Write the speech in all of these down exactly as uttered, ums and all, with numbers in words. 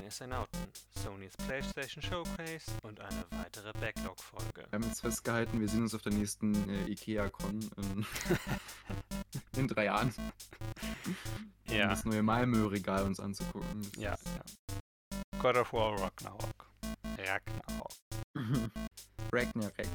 Astronauten, Sonys PlayStation Showcase und eine weitere Backlog-Folge. Wir haben jetzt festgehalten, wir sehen uns auf der nächsten äh, IKEA-Con in, in drei Jahren. Um Ja. das neue Malmö-Regal uns anzugucken. Das Ja, ist- ja. God of War Ragnarok. Ragnarok. Ragnarok.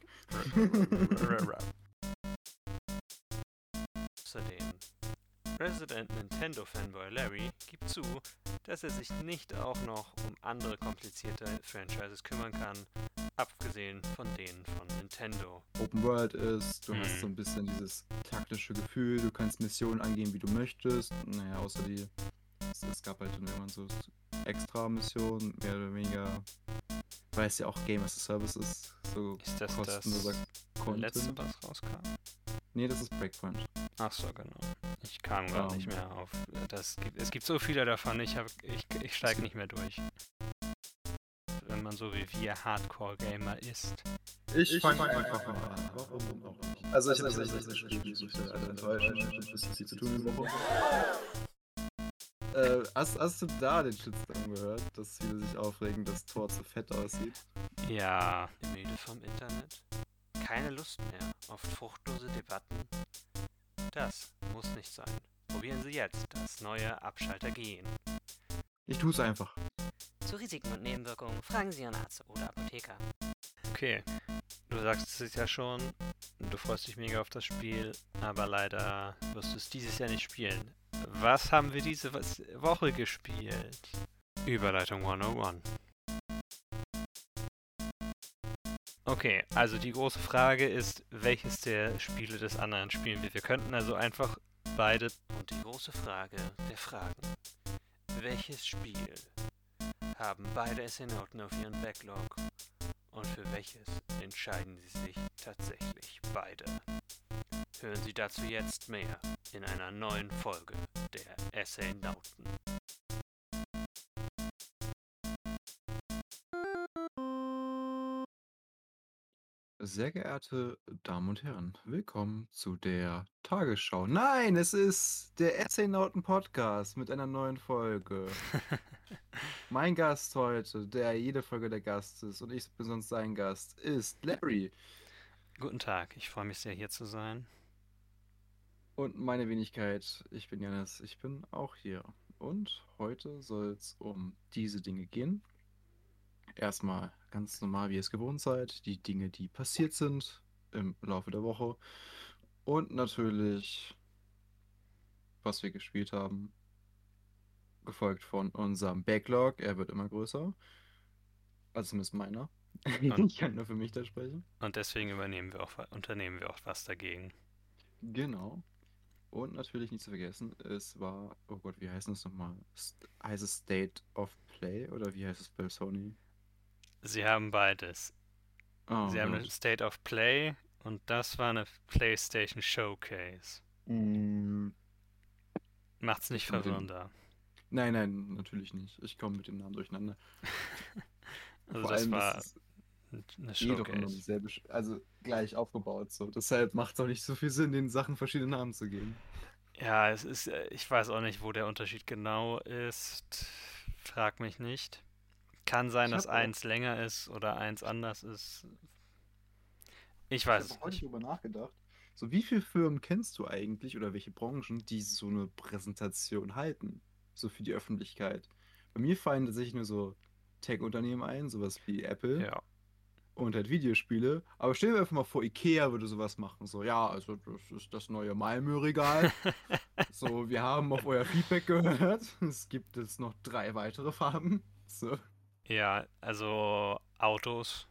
Außerdem, Resident Nintendo-Fanboy Larry gibt zu, dass er sich nicht auch noch um andere komplizierte Franchises kümmern kann, abgesehen von denen von Nintendo. Open World ist, du Mhm. hast so ein bisschen dieses taktische Gefühl, du kannst Missionen angehen, wie du möchtest. Naja, außer die, es, es gab halt dann irgendwann so extra Missionen, mehr oder weniger, weil es ja auch Game as a Service ist, so Ist das kostenloser das Content. letzte, was rauskam? Nee, das ist Breakpoint. Ach so, genau. Ich kam gerade Ähm. nicht mehr auf. Das gibt, es gibt so viele davon, ich, hab, ich, ich steige nicht mehr durch. Wenn man so wie wir Hardcore-Gamer ist. Ich fange einfach mal an. Warum auch nicht? Also ich habe das nicht gespielt, muss ich leider enttäuschen. Ich habe ein bisschen viel zu tun die Woche. Äh, hast, hast du da den Shitstorm gehört, dass viele sich aufregen, dass Thor zu fett aussieht? Ja, müde vom Internet? Keine Lust mehr auf fruchtlose Debatten? Das muss nicht sein. Probieren Sie jetzt das neue Abschalter Gen. Ich tu's einfach. Zu Risiken und Nebenwirkungen fragen Sie Ihren Arzt oder Apotheker. Okay, du sagst es ja schon, du freust dich mega auf das Spiel, aber leider wirst du es dieses Jahr nicht spielen. Was haben wir diese Woche gespielt? Überleitung hundertundeins. Okay, also die große Frage ist, welches der Spiele des anderen spielen wir? Wir könnten also einfach beide... Und die große Frage der Fragen. Welches Spiel haben beide Astronauten auf ihren Backlog? Und für welches entscheiden sie sich tatsächlich beide? Hören Sie dazu jetzt mehr in einer neuen Folge der Astronauten. Sehr geehrte Damen und Herren, willkommen zu der Tagesschau. Nein, es ist der Astronauten-Podcast mit einer neuen Folge. Mein Gast heute, der jede Folge der Gast ist und ich bin sonst sein Gast, ist Larry. Guten Tag, ich freue mich sehr, hier zu sein. Und meine Wenigkeit, ich bin Janis, ich bin auch hier. Und heute soll es um diese Dinge gehen. Erstmal ganz normal, wie ihr es gewohnt seid, die Dinge, die passiert sind im Laufe der Woche. Und natürlich, was wir gespielt haben, gefolgt von unserem Backlog. Er wird immer größer. Also zumindest meiner. Und- Ich kann nur für mich da sprechen. Und deswegen übernehmen wir auch, unternehmen wir auch was dagegen. Genau. Und natürlich nicht zu vergessen, es war, oh Gott, wie heißt es nochmal? St- Heißt es State of Play oder wie heißt es bei Sony? Sie haben beides. Oh Sie haben Gott. eine State of Play und das war eine PlayStation Showcase. Mm, Macht's nicht Ich komm mit dem- verwirrender. Nein, nein, natürlich nicht. Ich komme mit dem Namen durcheinander. Also Vor das allem, war das ist eine eh doch immer Showcase. dieselbe, Sch- also gleich aufgebaut. So. Deshalb macht es auch nicht so viel Sinn, den Sachen verschiedene Namen zu geben. Ja, es ist, äh, ich weiß auch nicht, wo der Unterschied genau ist. Frag mich nicht. Kann sein, Ich dass hab auch- eins länger ist oder eins anders ist. Ich Ich weiß habe es heute nicht. drüber nachgedacht. So, wie viele Firmen kennst du eigentlich oder welche Branchen, die so eine Präsentation halten? So für die Öffentlichkeit. Bei mir fallen tatsächlich nur so Tech-Unternehmen ein, sowas wie Apple Ja. und halt Videospiele. Aber stell dir einfach mal vor, IKEA würde sowas machen. So, ja, also das ist das neue Malmö-Regal. So, wir haben auf euer Feedback gehört. Es gibt jetzt noch drei weitere Farben. So. Ja, also Autos,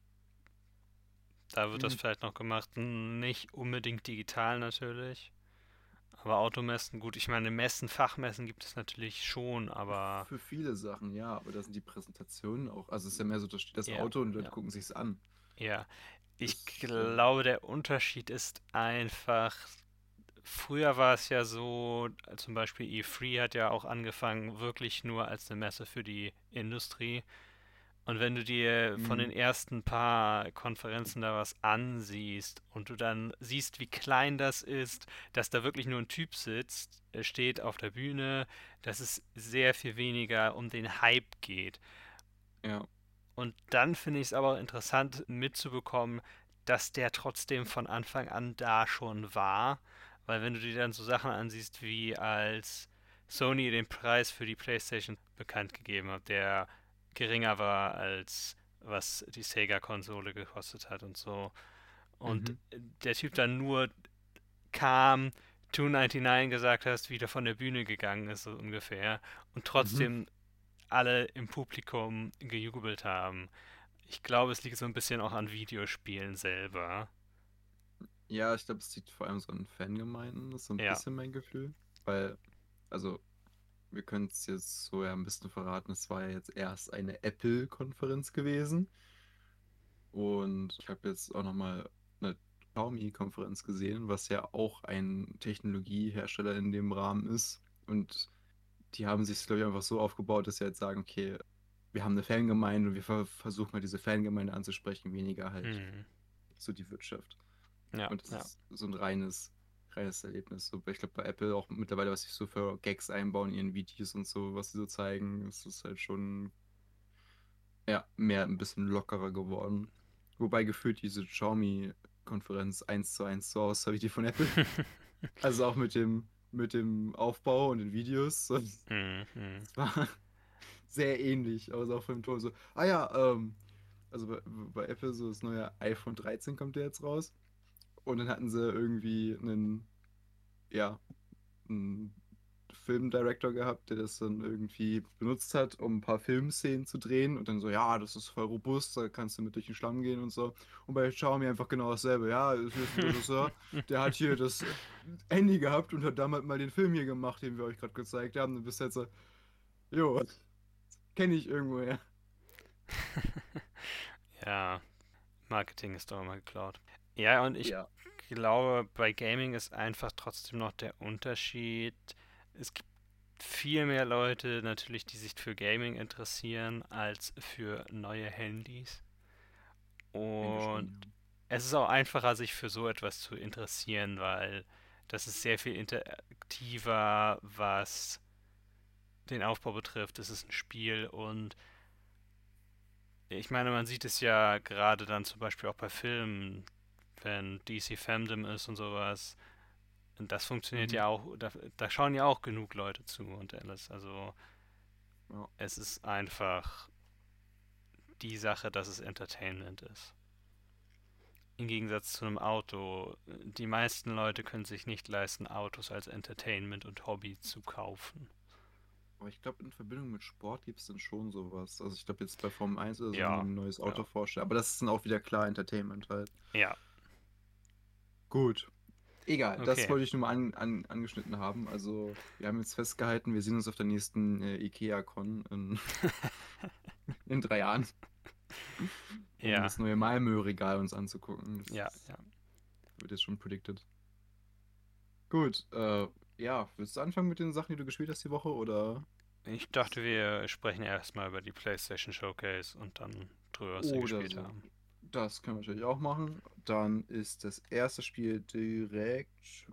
da wird das Mhm. vielleicht noch gemacht. Nicht unbedingt digital natürlich. Aber Automessen, gut, ich meine, Messen, Fachmessen gibt es natürlich schon, aber Für viele Sachen, ja, aber da sind die Präsentationen auch. Also es ist ja mehr so, da steht das Ja, Auto und die Leute ja. gucken sich's an. ja. Ich Das, äh, glaube, der Unterschied ist einfach, früher war es ja so, zum Beispiel E drei hat ja auch angefangen, wirklich nur als eine Messe für die Industrie. Und wenn du dir von den Mhm. ersten paar Konferenzen da was ansiehst und du dann siehst, wie klein das ist, dass da wirklich nur ein Typ sitzt, er steht auf der Bühne, dass es sehr viel weniger um den Hype geht. Ja. Und dann finde ich es aber interessant mitzubekommen, dass der trotzdem von Anfang an da schon war. Weil wenn du dir dann so Sachen ansiehst, wie als Sony den Preis für die PlayStation bekannt gegeben hat, der geringer war als was die Sega-Konsole gekostet hat und so. Und Mhm. der Typ dann nur kam, zwei neunundneunzig gesagt hast, wieder von der Bühne gegangen ist, so ungefähr. Und Mhm. trotzdem alle im Publikum gejubelt haben. Ich glaube, es liegt so ein bisschen auch an Videospielen selber. Ja, ich glaube, es liegt vor allem so an Fangemeinden, das ist so ein Ja. bisschen mein Gefühl. Weil, also, wir können es jetzt so ja ein bisschen verraten, es war ja jetzt erst eine Apple-Konferenz gewesen. Und ich habe jetzt auch nochmal eine Xiaomi-Konferenz gesehen, was ja auch ein Technologiehersteller in dem Rahmen ist. Und die haben sich, glaube ich, einfach so aufgebaut, dass sie halt sagen, okay, wir haben eine Fangemeinde und wir ver versuchen mal diese Fangemeinde anzusprechen, weniger halt Hm. so die Wirtschaft. Ja, Und das ja. ist so ein reines, reines Erlebnis. So, ich glaube, bei Apple auch mittlerweile, was sie so für Gags einbauen in ihren Videos und so, was sie so zeigen, ist es halt schon ja, mehr ein bisschen lockerer geworden. Wobei gefühlt diese Xiaomi-Konferenz eins zu eins so aussah wie die von Apple. Also auch mit dem, mit dem Aufbau und den Videos. So, Hm, hm. es war sehr ähnlich, aber so auch vom Ton so, ah ja, ähm, also bei, bei Apple so das neue iPhone dreizehn kommt ja jetzt raus. Und dann hatten sie irgendwie einen, ja, einen Filmdirector gehabt, der das dann irgendwie benutzt hat, um ein paar Filmszenen zu drehen und dann so, ja, das ist voll robust, da kannst du mit durch den Schlamm gehen und so. Und bei Xiaomi einfach genau dasselbe. Ja, hier ist ein Regisseur, der hat hier das Handy gehabt und hat damals mal den Film hier gemacht, den wir euch gerade gezeigt haben. Und bist jetzt so, jo, kenne ich irgendwoher. Ja, Marketing ist doch immer geklaut. Ja, und ich Ja. glaube, bei Gaming ist einfach trotzdem noch der Unterschied. Es gibt viel mehr Leute natürlich, die sich für Gaming interessieren, als für neue Handys. Ich denke Und schon, ja. es ist auch einfacher, sich für so etwas zu interessieren, weil das ist sehr viel interaktiver, was den Aufbau betrifft. Es ist ein Spiel und ich meine, man sieht es ja gerade dann zum Beispiel auch bei Filmen, wenn D C Fandom ist und sowas. Und das funktioniert Mhm. ja auch, da, da schauen ja auch genug Leute zu und alles. Also Ja. es ist einfach die Sache, dass es Entertainment ist. Im Gegensatz zu einem Auto. Die meisten Leute können sich nicht leisten, Autos als Entertainment und Hobby zu kaufen. Aber ich glaube, in Verbindung mit Sport gibt es dann schon sowas. Also ich glaube jetzt bei Formel eins oder so, wenn die Ja, ein neues Auto ja, vorstellen. Aber das ist dann auch wieder klar Entertainment halt. ja. Gut. Egal, das Okay. wollte ich nur mal an, an, angeschnitten haben. Also, wir haben jetzt festgehalten, wir sehen uns auf der nächsten äh, IKEA-Con in, in drei Jahren, um Ja, das neue Malmö-Regal uns anzugucken. Das ja, ist, ja. wird jetzt schon predicted. Gut, äh, ja, willst du anfangen mit den Sachen, die du gespielt hast die Woche, oder? Ich dachte, wir sprechen erstmal über die PlayStation Showcase und dann drüber, was wir Oder gespielt so. haben. Das können wir natürlich auch machen. Dann ist das erste Spiel direkt.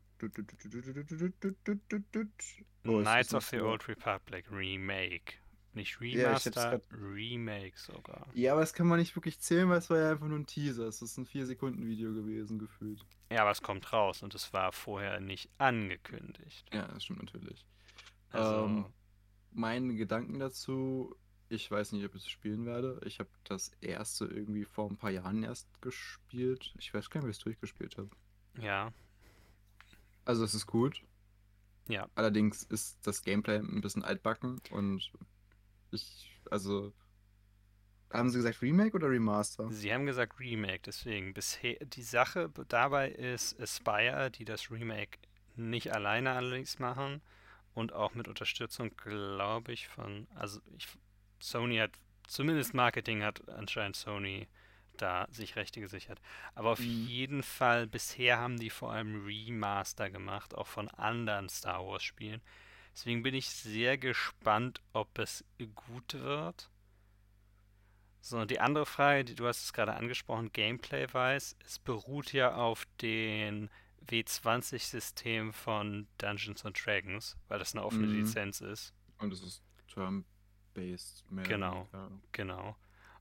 Oh, es ist Knights noch of the so. Old Republic Remake. Nicht Ja, ich hab's Remaster, gerade. Remake sogar. Ja, aber das kann man nicht wirklich zählen, weil es war ja einfach nur ein Teaser. Es ist ein vier Sekunden Video gewesen, gefühlt. Ja, aber es kommt raus und es war vorher nicht angekündigt. Ja, das stimmt natürlich. Ähm, Also, meine Gedanken dazu, ich weiß nicht, ob ich es spielen werde. Ich habe das erste irgendwie vor ein paar Jahren erst gespielt. Ich weiß gar nicht, wie ich es durchgespielt habe. ja, Also es ist gut. ja. Allerdings ist das Gameplay ein bisschen altbacken und ich, also, haben sie gesagt Remake oder Remaster? Sie haben gesagt Remake, deswegen bisher die Sache b- dabei ist Aspyr, die das Remake nicht alleine allerdings machen und auch mit Unterstützung, glaube ich, von, also ich, Sony hat, zumindest Marketing hat anscheinend Sony da sich Rechte gesichert. Aber auf Mhm. jeden Fall, bisher haben die vor allem Remaster gemacht, auch von anderen Star Wars Spielen. Deswegen bin ich sehr gespannt, ob es gut wird. So, und die andere Frage, die du hast es gerade angesprochen, Gameplay-wise, es beruht ja auf den W zwanzig-System von Dungeons and Dragons, weil das eine offene Mhm. Lizenz ist. Und es ist turn-based, mehr oder Genau, weniger. genau.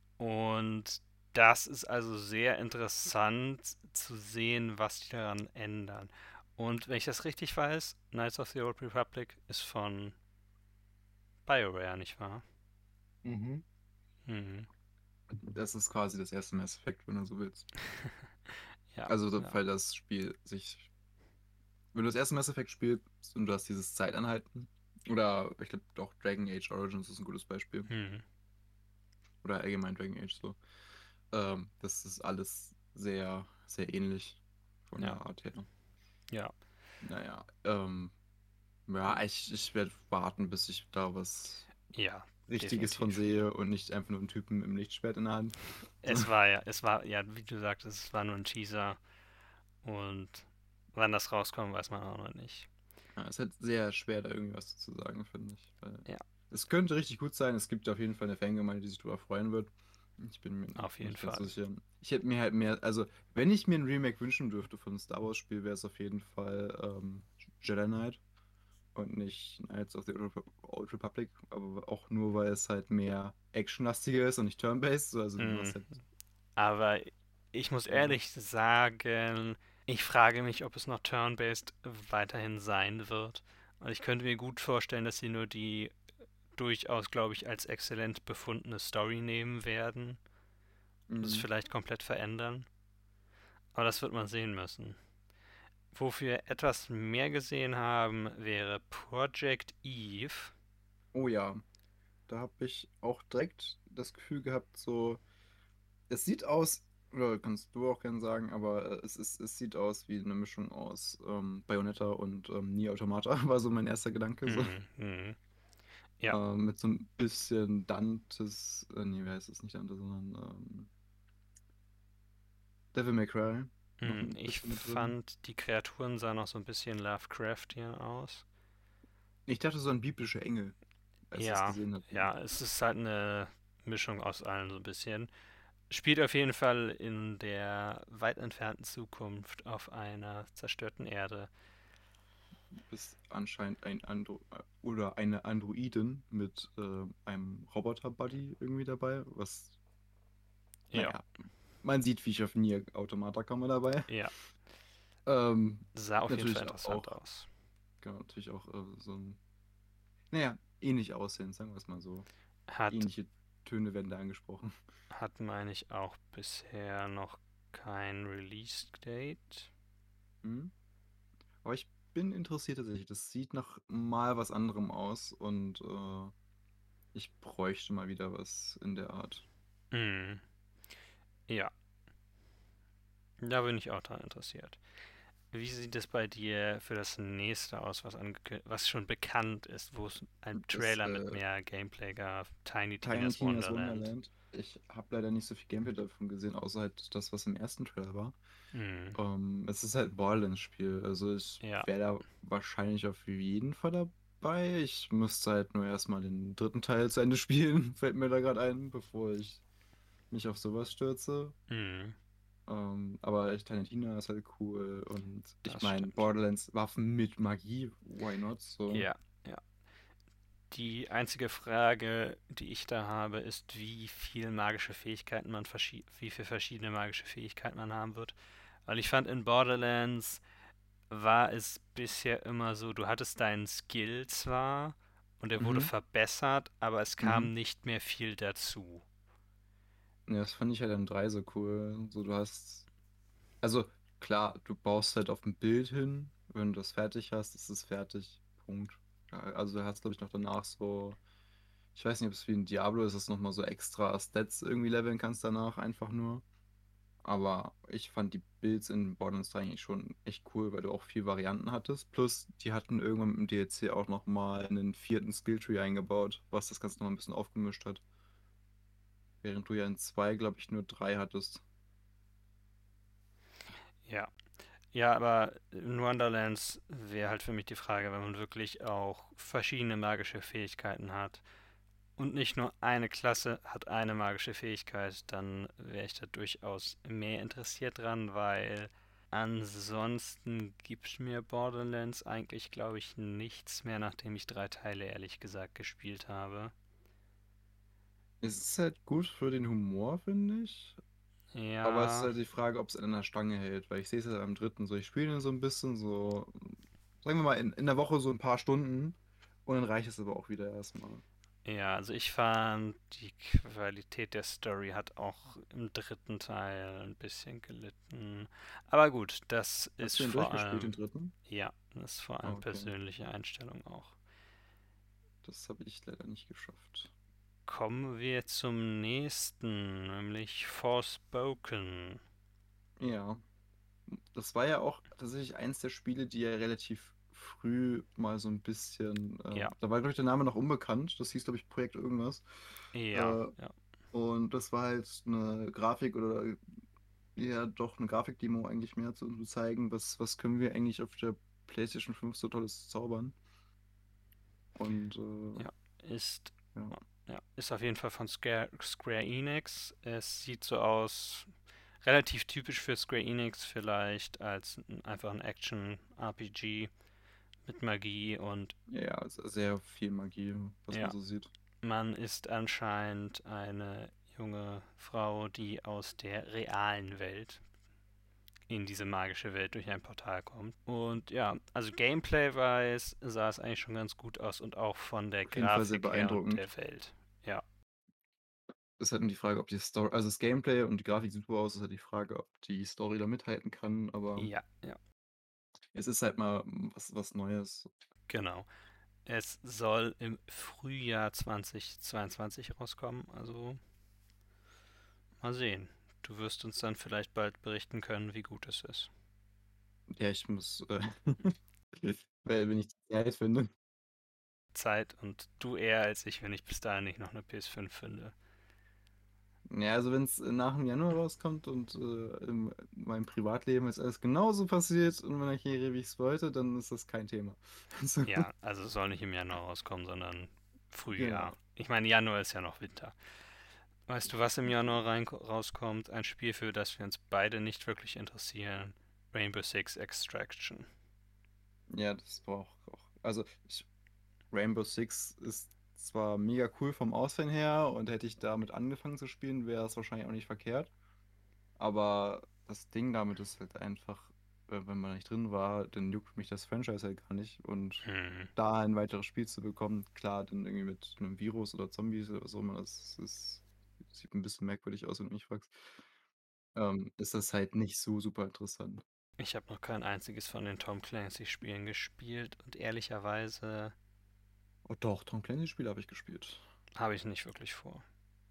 Und das ist also sehr interessant zu sehen, was die daran ändern. Und wenn ich das richtig weiß, Knights of the Old Republic ist von BioWare, nicht wahr? Mhm. Mhm. Das ist quasi das erste Mass Effect, wenn du so willst. Ja, Also, so- ja, weil das Spiel sich. Wenn du das erste Mass Effect spielst und du hast dieses Zeitanhalten, oder ich glaube auch Dragon Age Origins ist ein gutes Beispiel. mhm. Oder allgemein Dragon Age so. Ähm, das ist alles sehr, sehr ähnlich von Ja, der Art her. ja. Naja, ähm, ja, ich, ich werde warten, bis ich da was Ja, Richtiges von definitiv. sehe und nicht einfach nur einen Typen im Lichtschwert in der Hand. So. Es war ja, es war, ja, wie du sagtest, es war nur ein Teaser und wann das rauskommt, weiß man auch noch nicht. Ja, es ist halt sehr schwer, da irgendwie was zu sagen, finde ich. Weil Ja, es könnte richtig gut sein. Es gibt auf jeden Fall eine Fangemeinde, die sich darüber freuen wird. Ich bin mir auf jeden nicht ganz so Fall. sicher. Ich hätte mir halt mehr, also wenn ich mir ein Remake wünschen dürfte von einem Star Wars Spiel, wäre es auf jeden Fall ähm, Jedi Knight und nicht Knights of the Old Rep- Old Republic, aber auch nur, weil es halt mehr actionlastiger ist und nicht turn-based. So, also du Mhm. hast halt, Aber ich muss ja. ehrlich sagen, ich frage mich, ob es noch turn-based weiterhin sein wird. Und ich könnte mir gut vorstellen, dass sie nur die durchaus, glaube ich, als exzellent befundene Story nehmen werden und es Mhm. vielleicht komplett verändern. Aber das wird man sehen müssen. Wofür wir etwas mehr gesehen haben, wäre Project Eve. Oh ja, da habe ich auch direkt das Gefühl gehabt, so, es sieht aus, oder kannst du auch gerne sagen, aber äh, es ist, es sieht aus wie eine Mischung aus ähm, Bayonetta und ähm, Nier Automata, war so mein erster Gedanke, so. Hm, hm. Ja, Ähm, mit so ein bisschen Dantes, äh, nee, wer heißt es nicht Dante, sondern ähm, Devil May Cry noch hm. ein Ich bisschen mit drin. fand, die Kreaturen sahen noch so ein bisschen Lovecraftian aus. Ich dachte so an biblische Engel, als ich das Ja, gesehen habe. ja, es ist halt eine Mischung aus allen so ein bisschen. Spielt auf jeden Fall in der weit entfernten Zukunft auf einer zerstörten Erde. Du bist anscheinend ein Andro äh, oder eine Androidin mit äh, einem Roboter-Buddy irgendwie dabei, was, Ja, naja, man sieht, wie ich auf Nier Automata komme dabei. ja, Ähm, sah auf jeden Fall natürlich interessant auch, aus. genau, natürlich auch äh, so ein, naja, ähnlich aussehen, sagen wir es mal so. Hat, Ähnliche Töne werden da angesprochen. hat meine ich auch bisher noch kein Release-Date. Mhm. Aber ich bin interessiert tatsächlich. Das sieht nach mal was anderem aus und äh, ich bräuchte mal wieder was in der Art. Hm, ja, da bin ich auch daran interessiert. Wie sieht es bei dir für das nächste aus, was, angekü- was schon bekannt ist, wo es einen Das Trailer mit äh, mehr Gameplay gab? Tiny Tiny Tina's Tina's Wonderland. Wonderland. Ich habe leider nicht so viel Gameplay davon gesehen, außer halt das, was im ersten Trailer war. Hm, Ähm, es ist halt ein Borderlands-Spiel. Also ich ja, wäre da wahrscheinlich auf jeden Fall dabei. Ich müsste halt nur erstmal den dritten Teil zu Ende spielen, fällt mir da gerade ein, bevor ich mich auf sowas stürze. hm, Ähm, aber ich, Tarantino ist halt cool und ich das meine, stimmt. Borderlands Waffen mit Magie, why not? So. Ja, ja. Die einzige Frage, die ich da habe, ist, wie viel magische Fähigkeiten man verschie wie viel verschiedene magische Fähigkeiten man haben wird. Weil ich fand, in Borderlands war es bisher immer so, du hattest deinen Skill zwar und er wurde Mhm. verbessert, aber es Mhm. kam nicht mehr viel dazu. Ja, das fand ich halt an drei so cool. So, du hast, also klar, du baust halt auf ein Bild hin, wenn du das fertig hast, ist es fertig. Punkt. Ja, also du hast, glaube ich, noch danach so, ich weiß nicht, ob es wie in Diablo ist, dass du nochmal so extra Stats irgendwie leveln kannst danach, einfach nur. Aber ich fand die Builds in Borderlands drei eigentlich schon echt cool, weil du auch vier Varianten hattest. Plus, die hatten irgendwann mit dem D L C auch nochmal einen vierten Skilltree eingebaut, was das Ganze nochmal ein bisschen aufgemischt hat. Während du ja in zwei, glaube ich, nur drei hattest. Ja. Ja, aber in Wonderlands wäre halt für mich die Frage, wenn man wirklich auch verschiedene magische Fähigkeiten hat und nicht nur eine Klasse hat eine magische Fähigkeit, dann wäre ich da durchaus mehr interessiert dran, weil ansonsten gibt mir Borderlands eigentlich, glaube ich, nichts mehr, nachdem ich drei Teile ehrlich gesagt gespielt habe. Es ist halt gut für den Humor, finde ich. Aber es ist Ja, halt die Frage, ob es an der Stange hält, weil ich sehe es ja am dritten so, ich spiele ihn so ein bisschen, so, sagen wir mal, in, in der Woche so ein paar Stunden und dann reicht es aber auch wieder erstmal. ja, also ich fand, die Qualität der Story hat auch im dritten Teil ein bisschen gelitten. Aber gut, das Hast ist du den vor durchgespielt, den allem, dritten? ja, das ist vor Ah, allem okay. persönliche Einstellung auch. Das habe ich leider nicht geschafft. Kommen wir zum nächsten, nämlich Forspoken. Ja, das war ja auch tatsächlich eins der Spiele, die ja relativ früh mal so ein bisschen, äh, Ja, da war, glaube ich, der Name noch unbekannt, das hieß, glaube ich, Projekt irgendwas. ja, Äh, ja, und das war halt eine Grafik oder ja, doch eine Grafikdemo eigentlich mehr zu, zu zeigen, was, was können wir eigentlich auf der PlayStation fünf so Tolles zaubern. Und äh, ja. Ist, ja, ja, ist auf jeden Fall von Square, Square Enix. Es sieht so aus, relativ typisch für Square Enix vielleicht, als ein- einfach ein Action-R P G mit Magie und ja, also sehr viel Magie, was man ja, so sieht. man ist anscheinend eine junge Frau, die aus der realen Welt in diese magische Welt durch ein Portal kommt. Und ja, also Gameplay-wise sah es eigentlich schon ganz gut aus und auch von der Auf jeden Fall sehr Grafik her und beeindruckend. der Welt. Ja, Ist halt nur die Frage, ob die Story, also das Gameplay und die Grafik sieht super aus, ist halt die Frage, ob die Story da mithalten kann, aber ja, ja, es ist halt mal was, was Neues. genau. Es soll im Frühjahr zweitausendzweiundzwanzig rauskommen, also mal sehen. Du wirst uns dann vielleicht bald berichten können, wie gut es ist. Ja, ich muss, äh, weil wenn ich die Zeit finde. Zeit und du eher als ich, wenn ich bis dahin nicht noch eine P S fünf finde. Ja, also wenn es nach dem Januar rauskommt und äh, in meinem Privatleben ist alles genauso passiert und wenn ich hier wie ich es wollte, dann ist das kein Thema. Also, Ja, also es soll nicht im Januar rauskommen, sondern Frühjahr. genau. Ich meine, Januar ist ja noch Winter. Weißt du, was im Januar rein rauskommt? Ein Spiel, für das wir uns beide nicht wirklich interessieren. Rainbow Six Extraction. Ja, das braucht auch. Also ich, Rainbow Six ist zwar mega cool vom Aussehen her und hätte ich damit angefangen zu spielen, wäre es wahrscheinlich auch nicht verkehrt. Aber das Ding damit ist halt einfach, äh, wenn man nicht drin war, dann juckt mich das Franchise halt gar nicht. Und Hm, da ein weiteres Spiel zu bekommen, klar, dann irgendwie mit einem Virus oder Zombies oder so, immer, das, das sieht ein bisschen merkwürdig aus, wenn du mich fragst, ähm, ist das halt nicht so super interessant. ich habe noch kein einziges von den Tom Clancy-Spielen gespielt und ehrlicherweise Oh doch, Tom Clancy-Spiele habe ich gespielt. habe ich nicht wirklich vor.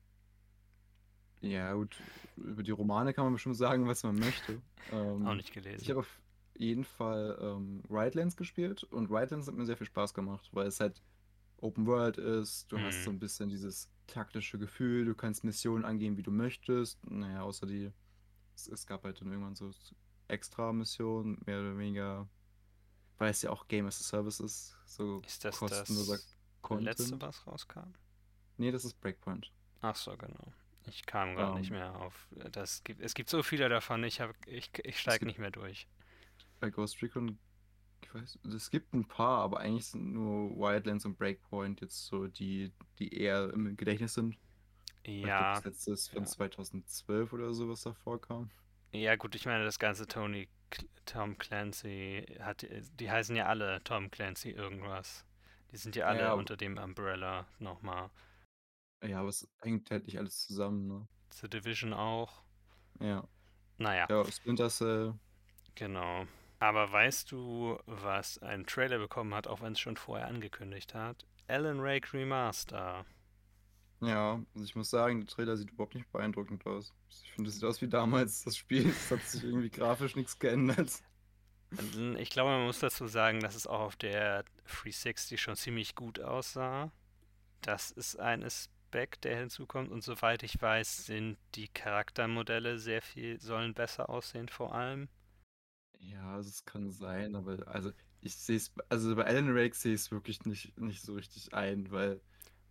Ja, gut, über die Romane kann man bestimmt sagen, was man möchte. Auch Ähm, nicht ich gelesen. habe auf jeden Fall ähm, Wildlands gespielt und Wildlands hat mir sehr viel Spaß gemacht, weil es halt Open World ist, du hast Hm, so ein bisschen dieses taktische Gefühl, du kannst Missionen angehen, wie du möchtest. Naja, außer die, es, es gab halt dann irgendwann so extra Missionen, mehr oder weniger, weil es ja auch Game as a Service ist, so ist das kostenloser das letzte, Content. was rauskam? Nee, das ist Breakpoint. Ach so, genau. Ich kam gerade nicht Ähm, mehr auf. Das gibt, es gibt so viele davon, ich, hab, ich, ich es steige gibt nicht mehr durch. bei Ghost Recon, ich weiß, es gibt ein paar, aber eigentlich sind nur Wildlands und Breakpoint jetzt so die, die eher im Gedächtnis sind. Weil ich glaube, Ja, das letzte ist von ja. zweitausendzwölf oder so, was davor kam. Ja, gut, ich meine, das ganze Tony, Cl- Tom Clancy hat, die heißen ja alle Tom Clancy irgendwas. Die sind ja alle Ja, unter dem Umbrella nochmal. ja, aber es hängt halt nicht alles zusammen, ne? The Division auch. Ja. Naja, Ja, Splinter Cell. genau. Aber weißt du, was ein Trailer bekommen hat, auch wenn es schon vorher angekündigt hat? Alan Wake Remaster. Ja, also ich muss sagen, der Trailer sieht überhaupt nicht beeindruckend aus. Ich finde, es sieht aus wie damals das Spiel. Es hat sich irgendwie grafisch nichts geändert. Und ich glaube, man muss dazu sagen, dass es auch auf der dreihundertsechzig schon ziemlich gut aussah. Das ist ein Aspekt, der hinzukommt. Und soweit ich weiß, sind die Charaktermodelle sehr viel, sollen besser aussehen vor allem. Ja, also es kann sein, aber also ich sehe es, also bei Alan Wake sehe ich es wirklich nicht, nicht so richtig ein, weil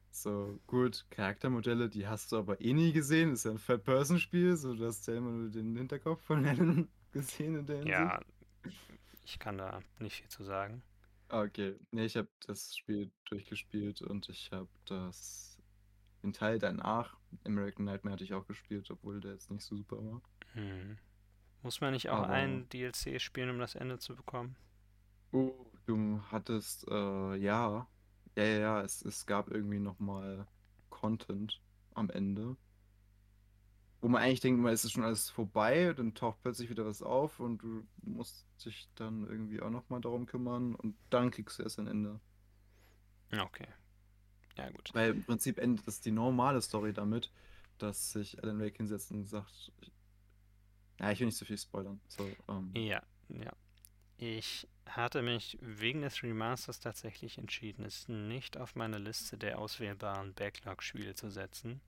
So, gut, Charaktermodelle, die hast du aber eh nie gesehen. Ist ja ein Third-Person-Spiel, so du hast ja immer nur den Hinterkopf von Alan gesehen in der Hinsicht. Ja, ich kann da nicht viel zu sagen. Ah, okay. Nee, ich habe das Spiel durchgespielt und ich habe das den Teil danach, American Nightmare, hatte ich auch gespielt, obwohl der jetzt nicht so super war. Hm. Muss man nicht auch Aber, ein D L C spielen, um das Ende zu bekommen? oh, du hattest, äh, ja, ja, ja, ja, es, es gab irgendwie nochmal Content am Ende, wo man eigentlich denkt, mal, es ist schon alles vorbei, dann taucht plötzlich wieder was auf und du musst dich dann irgendwie auch nochmal darum kümmern und dann kriegst du erst ein Ende. Okay, ja gut. Weil im Prinzip endet das die normale Story damit, dass sich Alan Wake hinsetzt und sagt, ja, ich will nicht so viel spoilern. So, ähm, Ja, ja. Ich hatte mich wegen des Remasters tatsächlich entschieden, es nicht auf meine Liste der auswählbaren Backlog-Spiele zu setzen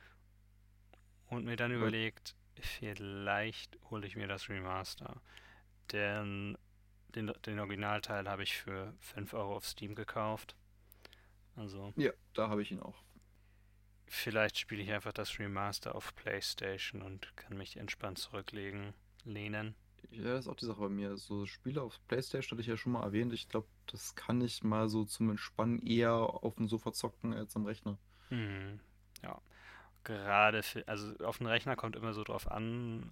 und mir dann aber überlegt, vielleicht hole ich mir das Remaster. Denn den, den Originalteil habe ich für fünf Euro auf Steam gekauft. Also ja, da habe ich ihn auch. vielleicht spiele ich einfach das Remaster auf PlayStation und kann mich entspannt zurücklegen, lehnen. Ja, das ist auch die Sache bei mir. So Spiele auf PlayStation hatte ich ja schon mal erwähnt. Ich glaube, das kann ich mal so zum Entspannen eher auf dem Sofa zocken als am Rechner. Hm, ja, gerade für, also auf den Rechner kommt immer so drauf an.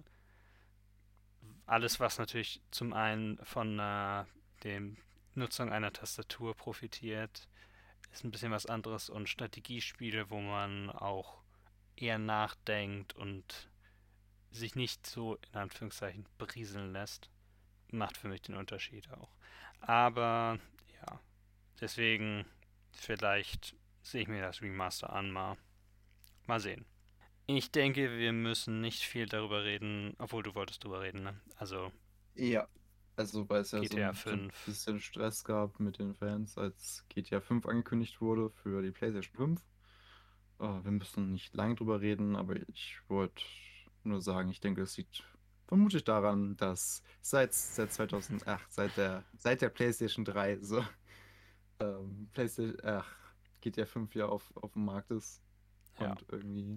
Alles, was natürlich zum einen von äh, dem Nutzung einer Tastatur profitiert, ist ein bisschen was anderes und Strategiespiele, wo man auch eher nachdenkt und sich nicht so in Anführungszeichen berieseln lässt, macht für mich den Unterschied auch. Aber ja, deswegen vielleicht sehe ich mir das Remaster an, mal, mal sehen. Ich denke, wir müssen nicht viel darüber reden, obwohl du wolltest drüber reden, ne? Also Ja. Also, weil es ja so G T A ein, so ein fünf. bisschen Stress gab mit den Fans, als G T A fünf angekündigt wurde für die PlayStation fünf. Äh, wir müssen nicht lange drüber reden, aber ich wollte nur sagen, ich denke, es liegt vermutlich daran, dass seit, seit zweitausendacht, seit der, seit der PlayStation drei, so ähm, PlayStation, ach, G T A fünf ja auf, auf dem Markt ist Ja. und irgendwie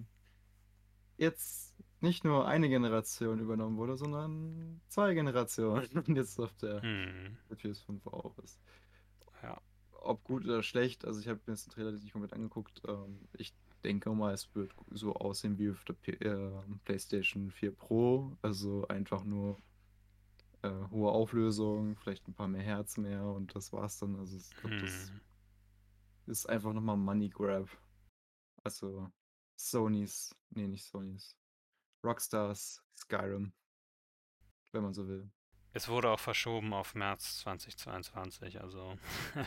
jetzt nicht nur eine Generation übernommen wurde, sondern zwei Generationen und jetzt auf der Hm. P S fünf auch ist. Ja. Ob gut oder schlecht, also ich habe mir den Trailer nicht komplett angeguckt. Ähm, ich denke mal, es wird so aussehen wie auf der P äh, PlayStation vier Pro, also einfach nur äh, hohe Auflösung, vielleicht ein paar mehr Hertz mehr und das war's dann. Also ich glaube, das Hm. ist einfach nochmal Money Grab. Also Sonys, nee, nicht Sonys, Rockstars Skyrim, wenn man so will. Es wurde auch verschoben auf März zweitausendzweiundzwanzig, also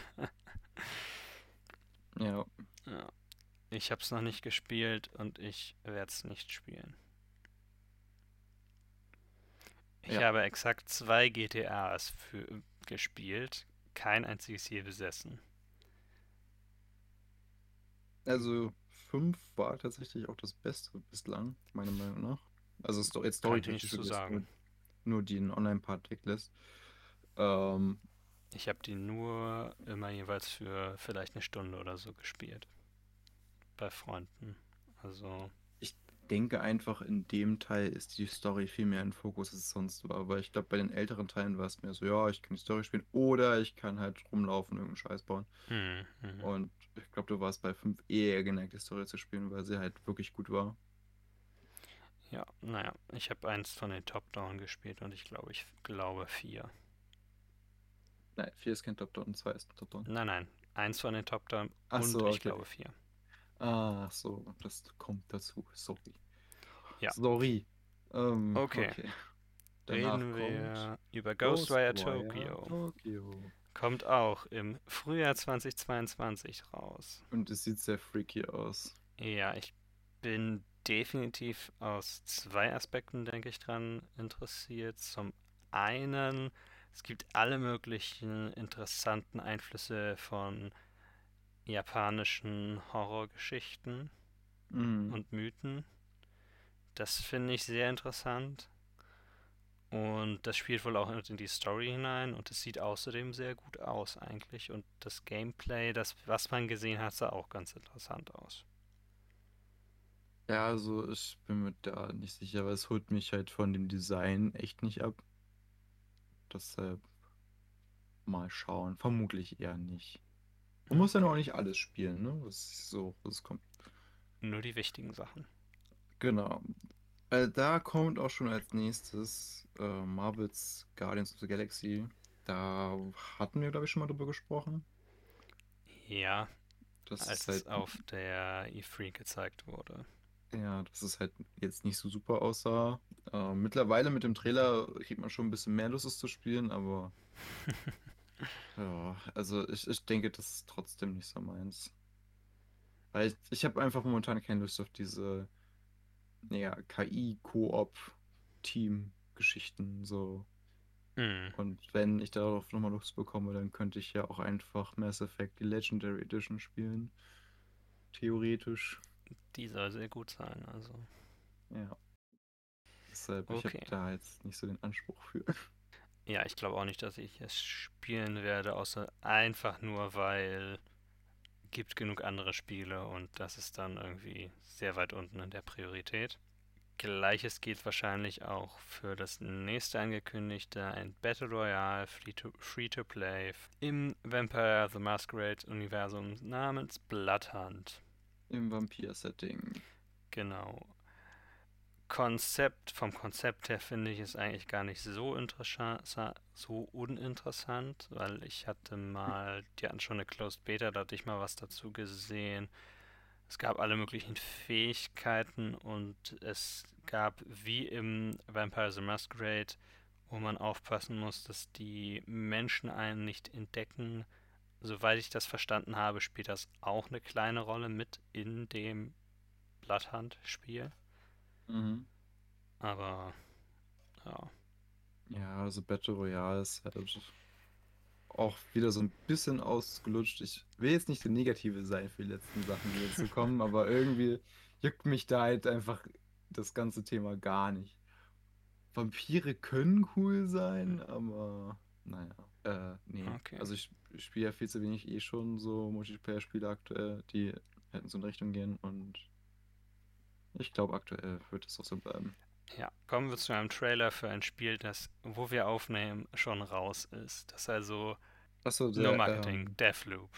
Ja, ja. Ich habe es noch nicht gespielt und ich werde es nicht spielen. Ich ja. habe exakt zwei G T As für, gespielt, kein einziges je besessen. Also fünf war tatsächlich auch das Beste bislang, meiner Meinung nach. Also Sto jetzt Kann ich nichts storytechnisch zu wirklich jetzt sagen. nur, nur den Online-Part weglässt. Ähm, Ich habe die nur immer jeweils für vielleicht eine Stunde oder so gespielt. Bei Freunden. Also, ich denke einfach, in dem Teil ist die Story viel mehr im Fokus, als es sonst war. Aber ich glaube, bei den älteren Teilen war es mehr so, ja, ich kann die Story spielen oder ich kann halt rumlaufen und irgendeinen Scheiß bauen. hm, hm. Und ich glaube, du warst bei fünf eher geneigt, die Story zu spielen, weil sie halt wirklich gut war. Ja, naja, ich habe eins von den Top-Down gespielt und ich glaube, ich glaube vier. Nein, vier ist kein Top-Down, zwei ist ein Top-Down. Nein, nein, eins von den Top-Down Ach und so, ich okay. glaube vier. Ach so, das kommt dazu. Sorry. Ja, Sorry. Ähm, okay. okay. Danach Reden kommt wir über Ghostwire Ghostwire Tokyo. Tokyo. Kommt auch im Frühjahr zweitausendzweiundzwanzig raus. Und es sieht sehr freaky aus. Ja, ich bin definitiv aus zwei Aspekten, denke ich, dran interessiert. Zum einen, es gibt alle möglichen interessanten Einflüsse von japanischen Horrorgeschichten Mhm. und Mythen. Das finde ich sehr interessant. Und das spielt wohl auch in die Story hinein und es sieht außerdem sehr gut aus eigentlich. Und das Gameplay, das, was man gesehen hat, sah auch ganz interessant aus. Ja, also ich bin mir da nicht sicher, aber es holt mich halt von dem Design echt nicht ab. Deshalb mal schauen. Vermutlich eher nicht. Man muss ja noch nicht alles spielen, ne? Das ist so, das kommt. Nur die wichtigen Sachen. Genau. Äh, da kommt auch schon als nächstes äh, Marvel's Guardians of the Galaxy. Da hatten wir, glaube ich, schon mal drüber gesprochen. Ja, Das als ist es halt, auf der E drei gezeigt wurde. ja, dass es halt jetzt nicht so super aussah. Äh, mittlerweile mit dem Trailer kriegt man schon ein bisschen mehr Lust, es zu spielen, aber ja, also ich, ich denke, das ist trotzdem nicht so meins. Weil ich, ich habe einfach momentan keine Lust auf diese, ja, K I-Koop-Team-Geschichten so. Hm, Und wenn ich darauf nochmal Lust bekomme, dann könnte ich ja auch einfach Mass Effect die Legendary Edition spielen. Theoretisch. die soll sehr gut sein, also. Ja. Deshalb, ich habe Okay. da jetzt nicht so den Anspruch für. Ja, ich glaube auch nicht, dass ich es spielen werde, außer einfach nur, weil gibt genug andere Spiele und das ist dann irgendwie sehr weit unten in der Priorität. Gleiches gilt wahrscheinlich auch für das nächste angekündigte, ein Battle Royale Free-to- Free-to-Play im Vampire the Masquerade Universum namens Bloodhunt. Im Vampir-Setting. Genau. Konzept, vom Konzept her finde ich es eigentlich gar nicht so interessant, so uninteressant, weil ich hatte mal, die hatten schon eine Closed Beta, da hatte ich mal was dazu gesehen. Es gab alle möglichen Fähigkeiten und es gab wie im Vampire the Masquerade, wo man aufpassen muss, dass die Menschen einen nicht entdecken. Soweit ich das verstanden habe, spielt das auch eine kleine Rolle mit in dem Bloodhunt-Spiel. Mhm. Aber ja. Ja, also Battle Royale ist halt auch wieder so ein bisschen ausgelutscht. Ich will jetzt nicht der Negative sein für die letzten Sachen, die jetzt so kommen, aber irgendwie juckt mich da halt einfach das ganze Thema gar nicht. Vampire können cool sein, aber naja. Äh, nee. Okay. Also ich, ich spiele ja viel zu wenig eh schon so Multiplayer-Spiele aktuell, die halt in so eine Richtung gehen und ich glaube aktuell wird es auch so bleiben. Ja, kommen wir zu einem Trailer für ein Spiel, das, wo wir aufnehmen, schon raus ist. Das ist also Achso, No der, Marketing, ähm, Deathloop.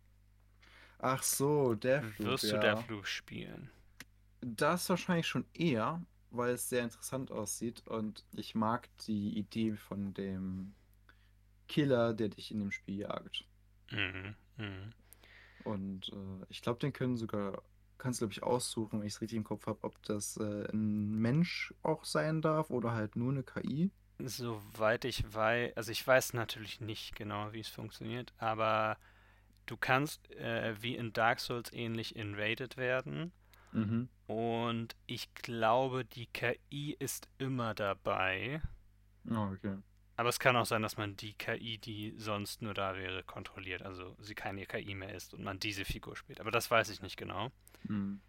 ach so, Deathloop, Wirst du ja. Deathloop spielen? Das wahrscheinlich schon eher, weil es sehr interessant aussieht und ich mag die Idee von dem Killer, der dich in dem Spiel jagt. Mhm, mhm. Und äh, ich glaube, den können sogar, kannst du, glaube ich, aussuchen, wenn ich es richtig im Kopf habe, ob das äh, ein Mensch auch sein darf oder halt nur eine K I. Soweit ich weiß, also ich weiß natürlich nicht genau, wie es funktioniert, aber du kannst äh, wie in Dark Souls ähnlich invaded werden Mhm. und ich glaube, die K I ist immer dabei. Ah, okay. Aber es kann auch sein, dass man die K I, die sonst nur da wäre, kontrolliert. Also sie keine K I mehr ist und man diese Figur spielt. Aber das weiß ich nicht genau. Mhm.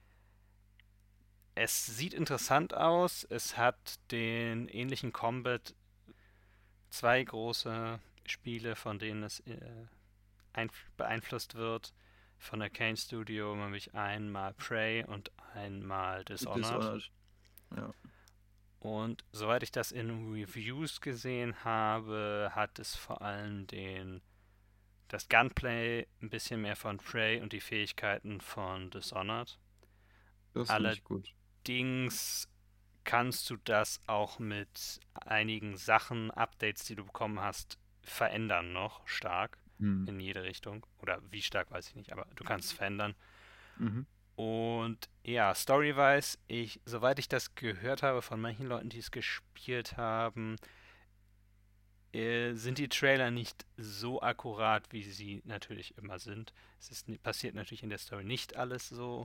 Es sieht interessant aus. Es hat den ähnlichen Combat, zwei große Spiele, von denen es äh, beeinflusst wird. Von Arcane Studio, nämlich einmal Prey und einmal Dishonored. Dishonored. Ja. Und soweit ich das in Reviews gesehen habe, hat es vor allem den das Gunplay ein bisschen mehr von Prey und die Fähigkeiten von Dishonored. Das finde ich gut. Allerdings kannst du das auch mit einigen Sachen, Updates, die du bekommen hast, verändern noch stark Mhm. in jede Richtung. Oder wie stark, weiß ich nicht, aber du kannst es verändern. Mhm. Und ja, Story-wise, ich, soweit ich das gehört habe von manchen Leuten, die es gespielt haben, äh, sind die Trailer nicht so akkurat, wie sie natürlich immer sind. Es ist, ni- passiert natürlich in der Story nicht alles so.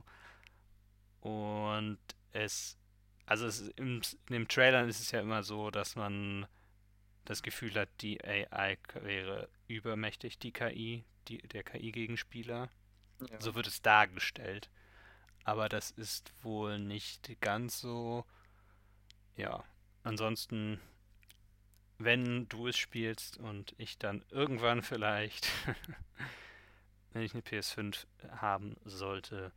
Und es, also es ist im, in den Trailern ist es ja immer so, dass man das Gefühl hat, die A I wäre übermächtig, die K I, die, der K I-Gegenspieler. Ja. So wird es dargestellt. Aber das ist wohl nicht ganz so. Ja, ansonsten wenn du es spielst und ich dann irgendwann vielleicht, wenn ich eine P S fünf haben sollte,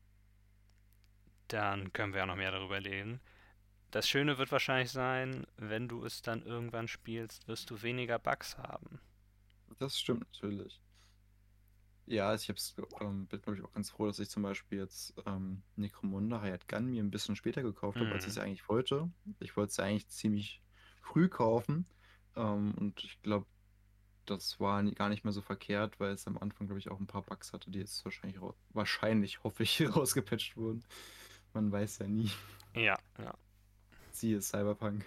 dann können wir auch noch mehr darüber reden. Das Schöne wird wahrscheinlich sein, wenn du es dann irgendwann spielst, wirst du weniger Bugs haben. Das stimmt natürlich. Ja, also ich hab's, ähm, bin, glaube ich, auch ganz froh, dass ich zum Beispiel jetzt ähm, Necromunda Hired Gun mir ein bisschen später gekauft habe, als ich es Mhm. eigentlich wollte. Ich wollte es ja eigentlich ziemlich früh kaufen. Ähm, und ich glaube, das war nie- gar nicht mehr so verkehrt, weil es am Anfang, glaube ich, auch ein paar Bugs hatte, die jetzt wahrscheinlich, rau- wahrscheinlich, hoffe ich, rausgepatcht wurden. Man weiß ja nie. Ja, ja. Siehe Cyberpunk.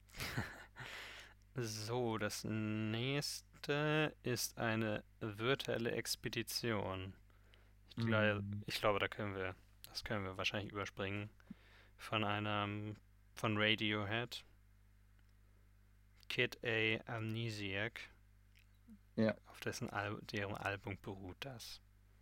So, das nächste ist eine virtuelle Expedition. Ich, glaube, Hm. ich glaube, da können wir, das können wir wahrscheinlich überspringen. Von einem, von Radiohead, Kid A. Amnesiac, Ja, auf dessen Al deren Album beruht das.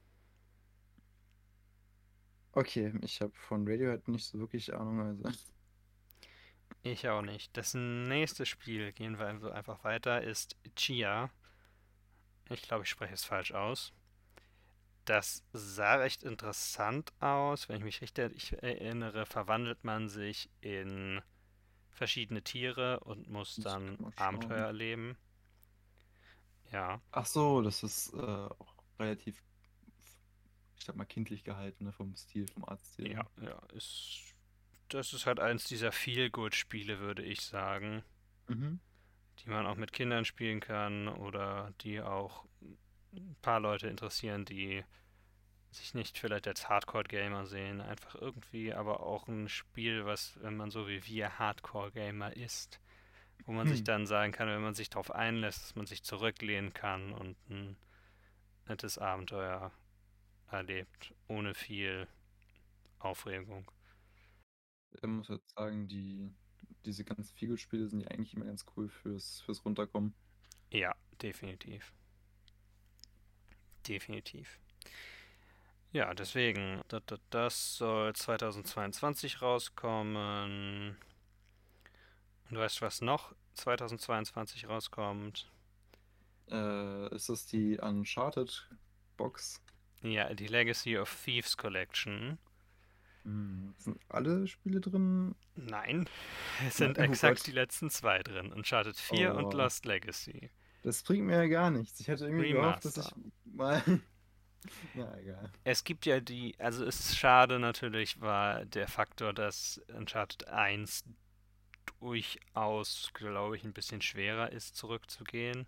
okay, ich habe von Radiohead nicht so wirklich Ahnung, also. Ich auch nicht. Das nächste Spiel, gehen wir also einfach weiter, ist Chia. Ich glaube, ich spreche es falsch aus. Das sah recht interessant aus. Wenn ich mich richtig erinnere, verwandelt man sich in verschiedene Tiere und muss Ich dann kann mal Abenteuer schauen. erleben. Ja, Ach so, das ist äh, auch relativ, ich sag mal, kindlich gehalten, ne, vom Stil, vom Artstil ja, her. ja. Ist, das ist halt eins dieser Feel-Good-Spiele, würde ich sagen, Mhm. die man auch mit Kindern spielen kann oder die auch ein paar Leute interessieren, die sich nicht vielleicht als Hardcore-Gamer sehen, einfach irgendwie, aber auch ein Spiel, was, wenn man so wie wir Hardcore-Gamer ist, wo man sich Hm. dann sagen kann, wenn man sich darauf einlässt, dass man sich zurücklehnen kann und ein nettes Abenteuer erlebt, ohne viel Aufregung. Ich muss halt sagen, die, diese ganzen Feelgood-Spiele sind ja eigentlich immer ganz cool fürs, fürs Runterkommen. Ja, definitiv. Definitiv. Ja, deswegen, da- da- das soll zweitausendzweiundzwanzig rauskommen. Und du weißt, was noch zweitausendzweiundzwanzig rauskommt? Äh, ist das die Uncharted-Box? Ja, die Legacy of Thieves Collection. Hm. Sind alle Spiele drin? Nein, es Nein, sind oh exakt die Gott. letzten zwei drin. Uncharted vier und Oh, Lost Legacy. das bringt mir ja gar nichts. Ich hatte irgendwie gehofft, dass Remaster. ich mal. Na, egal. Es gibt ja die, also es ist schade natürlich, war der Faktor, dass Uncharted eins durchaus, glaube ich, ein bisschen schwerer ist, zurückzugehen.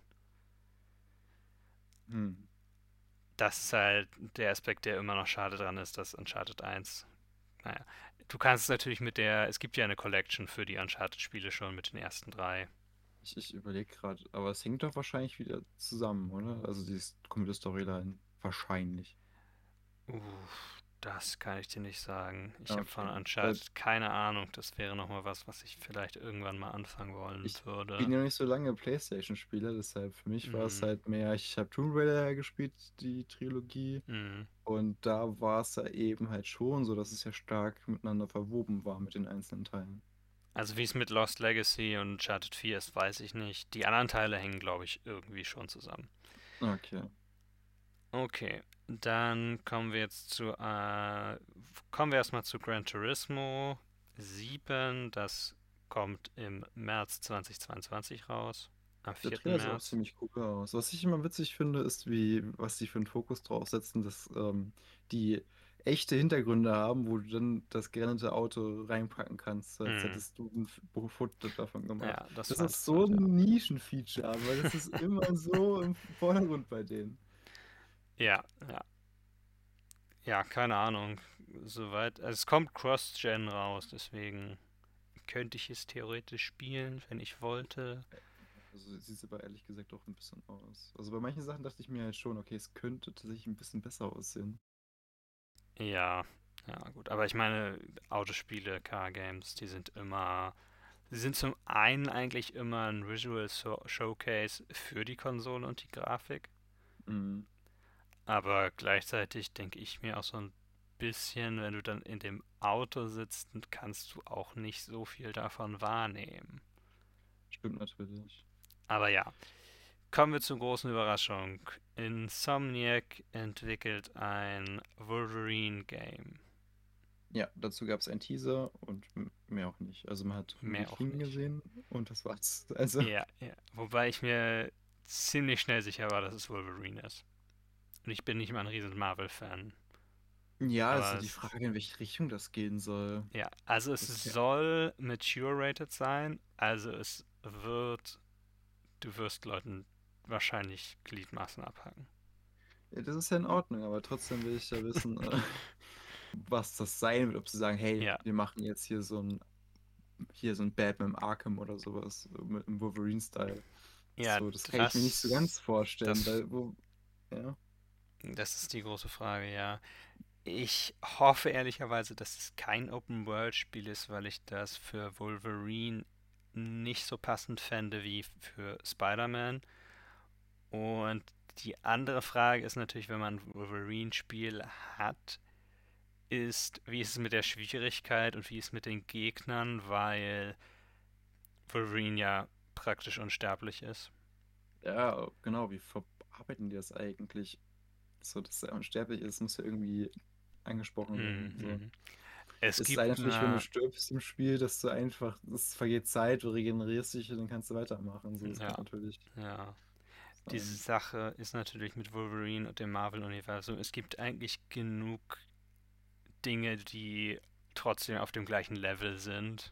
Hm. Das ist halt der Aspekt, der immer noch schade dran ist, dass Uncharted eins, naja. Du kannst es natürlich mit der, es gibt ja eine Collection für die Uncharted-Spiele schon mit den ersten drei. Ich, ich überlege gerade, aber es hängt doch wahrscheinlich wieder zusammen, oder? Also die komplette Storyline. Wahrscheinlich. Uff, das kann ich dir nicht sagen. Ich habe von Okay. Weil Uncharted keine Ahnung. Das wäre nochmal was, was ich vielleicht irgendwann mal anfangen wollen ich bin würde. ja nicht so lange PlayStation-Spieler, deshalb für mich war es Mhm. halt mehr, ich habe Tomb Raider gespielt, die Trilogie. Mhm. Und da war es ja eben halt schon so, dass es ja stark miteinander verwoben war mit den einzelnen Teilen. Also wie es mit Lost Legacy und Uncharted vier ist, weiß ich nicht. Die anderen Teile hängen, glaube ich, irgendwie schon zusammen. Okay. Okay, dann kommen wir jetzt zu, äh, kommen wir erstmal zu Gran Turismo sieben. Das kommt im März zweitausendzweiundzwanzig raus. Am Der vierten Trailer sah auch März. ziemlich cool aus. Was ich immer witzig finde, ist, wie, was die für einen Fokus drauf setzen, dass ähm, die echte Hintergründe haben, wo du dann das gerendete Auto reinpacken kannst, als Mhm. hättest du ein F- Foto davon gemacht. Ja, das Das war ist so interessant, ja. ein Nischenfeature, aber das ist immer so im Vordergrund bei denen. Ja, ja. Ja, keine Ahnung. Soweit. Also es kommt Cross-Gen raus, deswegen könnte ich es theoretisch spielen, wenn ich wollte. Also sieht es aber ehrlich gesagt auch ein bisschen aus. Also bei manchen Sachen dachte ich mir halt schon, okay, es könnte tatsächlich ein bisschen besser aussehen. Ja, ja, gut. Aber ich meine, Autospiele, Car-Games, die sind immer. Sie sind zum einen eigentlich immer ein Visual so Showcase für die Konsole und die Grafik. Mhm. Aber gleichzeitig denke ich mir auch so ein bisschen, wenn du dann in dem Auto sitzt, kannst du auch nicht so viel davon wahrnehmen. Stimmt natürlich. Aber ja, kommen wir zur großen Überraschung. Insomniac entwickelt ein Wolverine-Game. Ja, dazu gab es einen Teaser und m- mehr auch nicht. Also man hat Mehr auch Vitrinen nicht. gesehen und das war's. Also, Ja, ja. Wobei ich mir ziemlich schnell sicher war, dass es Wolverine ist. Und ich bin nicht mal ein riesen Marvel-Fan. ja, Aber also die es, Frage, in welche Richtung das gehen soll. ja, also es Das ist ja, soll mature-rated sein. Also es wird, du wirst Leuten wahrscheinlich Gliedmaßen abhacken. ja, das ist ja in Ordnung, aber trotzdem will ich ja wissen, äh, was das sein wird. Ob sie sagen, hey, Ja, wir machen jetzt hier so ein, hier so ein Batman Arkham oder sowas äh, mit einem Wolverine-Style. ja, So, das kann ich mir nicht so das, ganz vorstellen, das, weil, wo, ja. das ist die große Frage, ja. Ich hoffe ehrlicherweise, dass es kein Open-World-Spiel ist, weil ich das für Wolverine nicht so passend fände wie für Spider-Man. Und die andere Frage ist natürlich, wenn man ein Wolverine-Spiel hat, ist, wie ist es mit der Schwierigkeit und wie ist es mit den Gegnern, weil Wolverine ja praktisch unsterblich ist. Ja, genau, wie verarbeiten die das eigentlich? So, dass er unsterblich ist, muss ja irgendwie angesprochen werden. So. Mhm. Es Es sei gibt natürlich, wenn du eine, stirbst im Spiel, dass du einfach, es vergeht Zeit, du regenerierst dich und dann kannst du weitermachen. So, das ja, kann natürlich ja. Diese sein. Sache ist natürlich mit Wolverine und dem Marvel-Universum. Es gibt eigentlich genug Dinge, die trotzdem auf dem gleichen Level sind.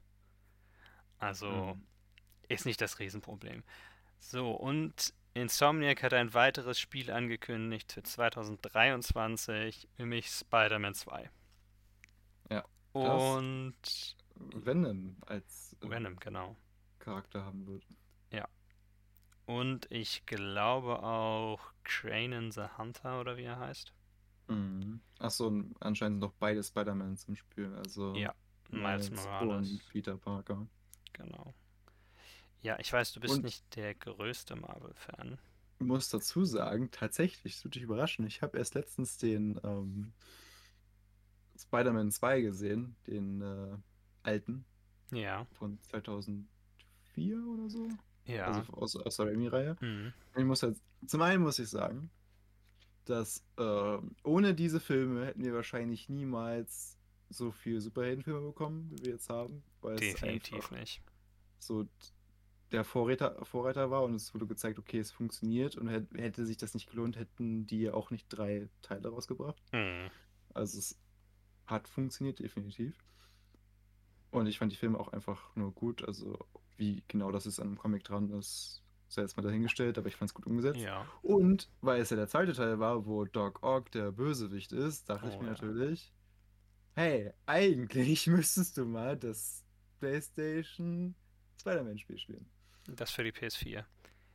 Also Mhm. ist nicht das Riesenproblem. So, und Insomniac hat ein weiteres Spiel angekündigt für zwanzig dreiundzwanzig, nämlich Spider-Man zwei. Ja, das Und Venom als äh, Venom, genau. Charakter haben wird. Ja. Und ich glaube auch Kranen the Hunter oder wie er heißt. Mhm. Achso, und anscheinend noch beide Spider-Mans im Spiel, also Ja, Miles Miles und Morales. Peter Parker. Genau. Ja, ich weiß, du bist Und nicht der größte Marvel-Fan. ich muss dazu sagen, tatsächlich, es wird dich überraschen, ich habe erst letztens den ähm, Spider-Man zwei gesehen, den äh, alten Ja, von zweitausendvier oder so. Also ja. aus, aus der Raimi-Reihe. Mhm. Und ich muss halt, zum einen muss ich sagen, dass äh, ohne diese Filme hätten wir wahrscheinlich niemals so viele Superheldenfilme bekommen, wie wir jetzt haben, weil es Definitiv einfach nicht. so der Vorreiter, Vorreiter war und es wurde gezeigt, okay, es funktioniert und hätte, hätte sich das nicht gelohnt, hätten die auch nicht drei Teile rausgebracht. Mhm. Also es hat funktioniert, definitiv. Und ich fand die Filme auch einfach nur gut. Also, wie genau das ist an einem Comic dran ist, sei jetzt mal dahingestellt, aber ich fand es gut umgesetzt. Ja. Und weil es ja der zweite Teil war, wo Doc Ock der Bösewicht ist, dachte ich Oh mir ja. natürlich, hey, eigentlich müsstest du mal das PlayStation Spider-Man-Spiel spielen. Das für die P S vier.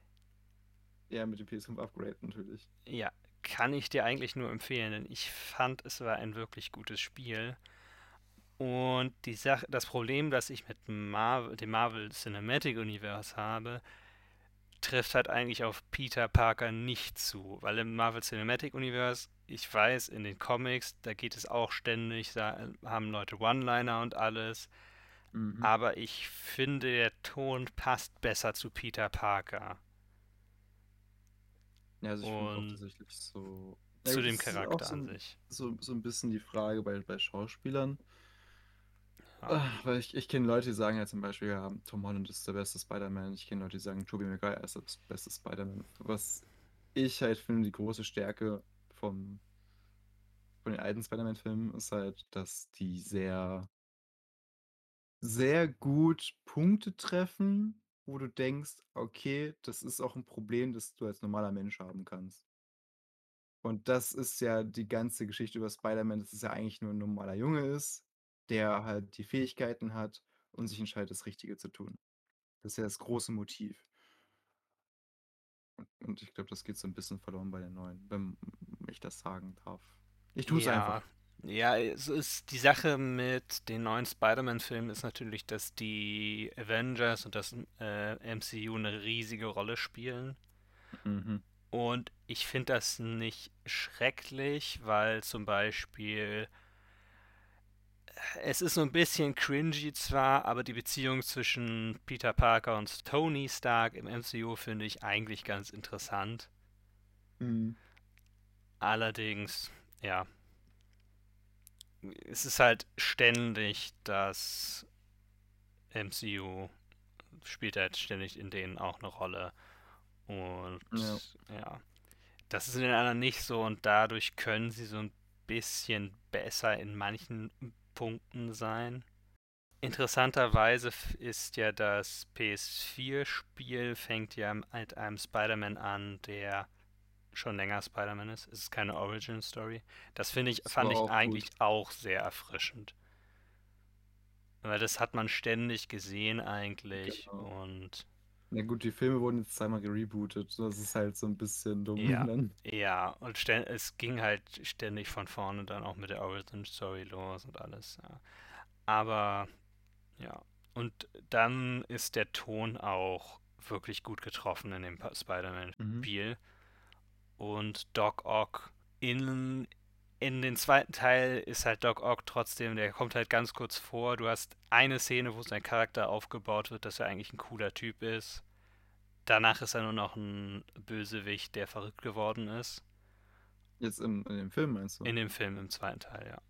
Ja, mit dem P S fünf Upgrade natürlich. Ja, kann ich dir eigentlich nur empfehlen, denn ich fand, es war ein wirklich gutes Spiel. Und die Sache, das Problem, das ich mit Marvel, dem Marvel Cinematic Universe habe, trifft halt eigentlich auf Peter Parker nicht zu, weil im Marvel Cinematic Universe, ich weiß, in den Comics, da geht es auch ständig, da haben Leute One-Liner und alles, Mhm. aber ich finde, der Ton passt besser zu Peter Parker Ja, also ich finde auch und tatsächlich so. Na zu gut, dem es ist auch Charakter so, an ein- sich. so, so ein bisschen die Frage bei, bei Schauspielern. Ja, Ah, weil ich, ich kenne Leute, die sagen ja zum Beispiel, ja, Tom Holland ist der beste Spider-Man. Ich kenne Leute, die sagen, Tobey Maguire ist der beste Spider-Man. Was ich halt finde, die große Stärke vom, von den alten Spider-Man-Filmen ist halt, dass die sehr, sehr gut Punkte treffen, wo du denkst, okay, das ist auch ein Problem, das du als normaler Mensch haben kannst. Und das ist ja die ganze Geschichte über Spider-Man, dass es ja eigentlich nur ein normaler Junge ist, der halt die Fähigkeiten hat und sich entscheidet, das Richtige zu tun. Das ist ja das große Motiv. Und ich glaube, das geht so ein bisschen verloren bei den neuen, wenn ich das sagen darf. Ich tue es ja, einfach. ja, es ist die Sache mit den neuen Spider-Man-Filmen ist natürlich, dass die Avengers und das äh, M C U eine riesige Rolle spielen. Mhm. Und ich finde das nicht schrecklich, weil zum Beispiel Es ist so ein bisschen cringy zwar, aber die Beziehung zwischen Peter Parker und Tony Stark im M C U finde ich eigentlich ganz interessant. Mhm. Allerdings, ja, es ist halt ständig das M C U spielt halt ständig in denen auch eine Rolle. Und Ja. ja, das ist in den anderen nicht so und dadurch können sie so ein bisschen besser in manchen Punkten sein. Interessanterweise f- ist ja das P S vier Spiel fängt ja mit einem Spider-Man an, der schon länger Spider-Man ist. Es ist keine Origin Story. Das finde ich, Das fand war ich auch eigentlich gut. auch sehr erfrischend. Weil das hat man ständig gesehen eigentlich Genau. und Na gut, die Filme wurden jetzt zweimal gerebootet. Das ist halt so ein bisschen dumm ja, dann. ja, und stä- es ging halt ständig von vorne dann auch mit der Origin Story los und alles. Ja. Aber ja, und dann ist der Ton auch wirklich gut getroffen in dem Pa- Mhm. Spider-Man-Spiel. Und Doc Ock in, in den zweiten Teil ist halt Doc Ock trotzdem, der kommt halt ganz kurz vor. Du hast eine Szene, wo sein Charakter aufgebaut wird, dass er eigentlich ein cooler Typ ist. Danach ist er nur noch ein Bösewicht, der verrückt geworden ist. Jetzt im, in dem Film meinst du? In dem Film im zweiten Teil, ja.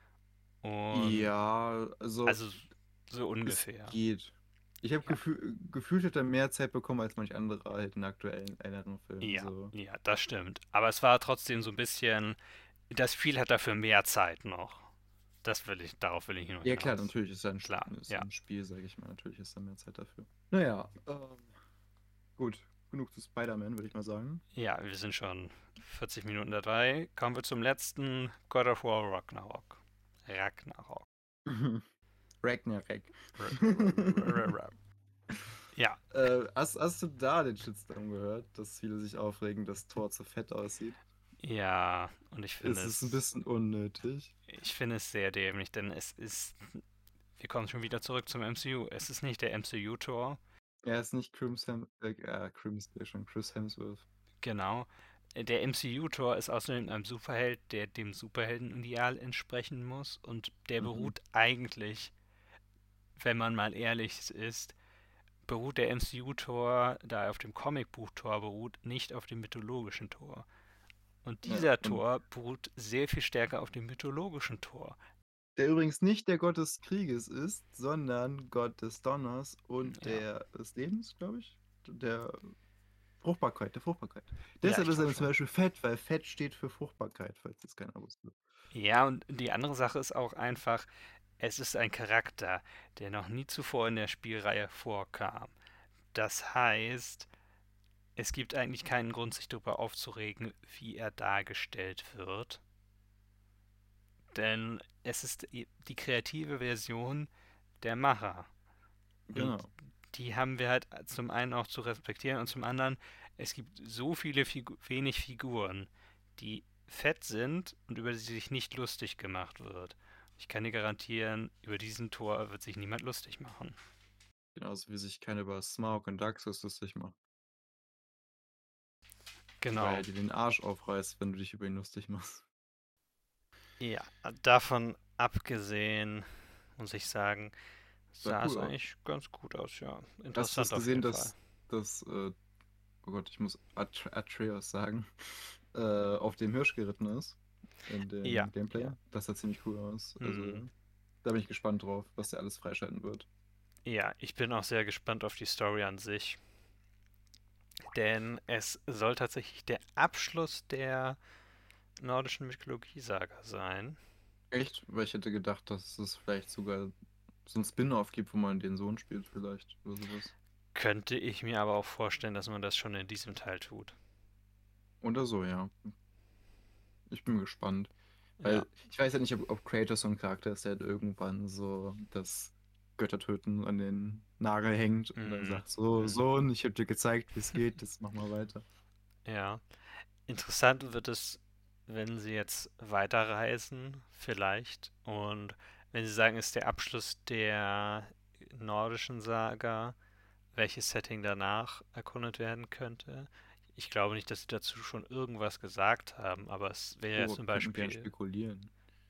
Und Ja, also also so es ungefähr. geht. Ich habe Ja, gefühl, gefühlt, hat er mehr Zeit bekommen als manch andere halt in aktuellen, älteren Filmen. ja, So. ja, das stimmt. Aber es war trotzdem so ein bisschen, das Spiel hat dafür mehr Zeit noch. Das will ich, darauf will ich nur Ja, klar, hinaus. natürlich ist er ein, Klar, Sp- ist ja. ein Spiel, sage ich mal. Natürlich ist da mehr Zeit dafür. Naja, ähm, gut. Genug zu Spider-Man, würde ich mal sagen. Ja, wir sind schon vierzig Minuten dabei. Kommen wir zum letzten God of War Ragnarok. Ragnarok. Ragnarok. R r r r Ja, Äh, hast, hast du da den Shitstorm gehört, dass viele sich aufregen, dass Thor zu fett aussieht? ja, und ich finde Es ist ein es, bisschen unnötig. ich finde es sehr dämlich, denn es ist, wir kommen schon wieder zurück zum M C U. Es ist nicht der M C U-Tor, Er ist nicht Chris, Hem äh, äh, Chris, ja schon, Chris Hemsworth. genau. Der M C U-Tor ist außerdem ein Superheld, der dem Superhelden-Ideal entsprechen muss und der Mhm. beruht eigentlich, wenn man mal ehrlich ist, beruht der M C U-Tor, da er auf dem Comicbuch-Tor beruht, nicht auf dem mythologischen Tor. Und Ja, dieser und Tor beruht sehr viel stärker auf dem mythologischen Tor. der übrigens nicht der Gott des Krieges ist, sondern Gott des Donners und Ja, der, des Lebens, glaube ich. Der Fruchtbarkeit, der Fruchtbarkeit. ja, Deshalb ich ist er glaube zum schon. Beispiel fett, weil Fett steht für Fruchtbarkeit, falls das keiner wusste. Ja, und die andere Sache ist auch einfach, es ist ein Charakter, der noch nie zuvor in der Spielreihe vorkam. Das heißt, es gibt eigentlich keinen Grund, sich darüber aufzuregen, wie er dargestellt wird. Denn es ist die die kreative Version der Macher. Und Genau. die haben wir halt zum einen auch zu respektieren und zum anderen, es gibt so viele Figu wenig Figuren, die fett sind und über die sich nicht lustig gemacht wird. Ich kann dir garantieren, über diesen Tor wird sich niemand lustig machen. Genauso wie sich keiner über Smaug und Daxus lustig macht. Weil er Genau. dir den Arsch aufreißt, wenn du dich über ihn lustig machst. Ja, davon abgesehen, muss ich sagen, Sah sah es cool aus. eigentlich ganz gut aus, ja. Hast du das Interessant auf gesehen, jeden Fall. dass, dass äh, oh Gott, ich muss Atre Atreus sagen, äh, auf dem Hirsch geritten ist in Ja, dem Gameplay? ja. Das sah ziemlich cool aus. Hm. Also, da bin ich gespannt drauf, was der alles freischalten wird. Ja, ich bin auch sehr gespannt auf die Story an sich. Denn es soll tatsächlich der Abschluss der nordischen Mythologie-Saga sein. Echt? Weil ich hätte gedacht, dass es vielleicht sogar so ein Spin-off gibt, wo man den Sohn spielt, vielleicht oder sowas. Könnte ich mir aber auch vorstellen, dass man das schon in diesem Teil tut. Oder so, ja. Ich bin gespannt. Ja. Weil ich weiß ja nicht, ob, ob Kratos so ein Charakter ist, der halt irgendwann so das Göttertöten an den Nagel hängt und dann Mhm. sagt, so, Mhm. Sohn, ich habe dir gezeigt, wie es geht, jetzt mach mal weiter. Ja. Interessant wird es, wenn sie jetzt weiterreisen, vielleicht. Und wenn sie sagen, es ist der Abschluss der nordischen Saga, welches Setting danach erkundet werden könnte. Ich glaube nicht, dass sie dazu schon irgendwas gesagt haben, aber es wäre ja Oh, zum könnten gern Beispiel, spekulieren.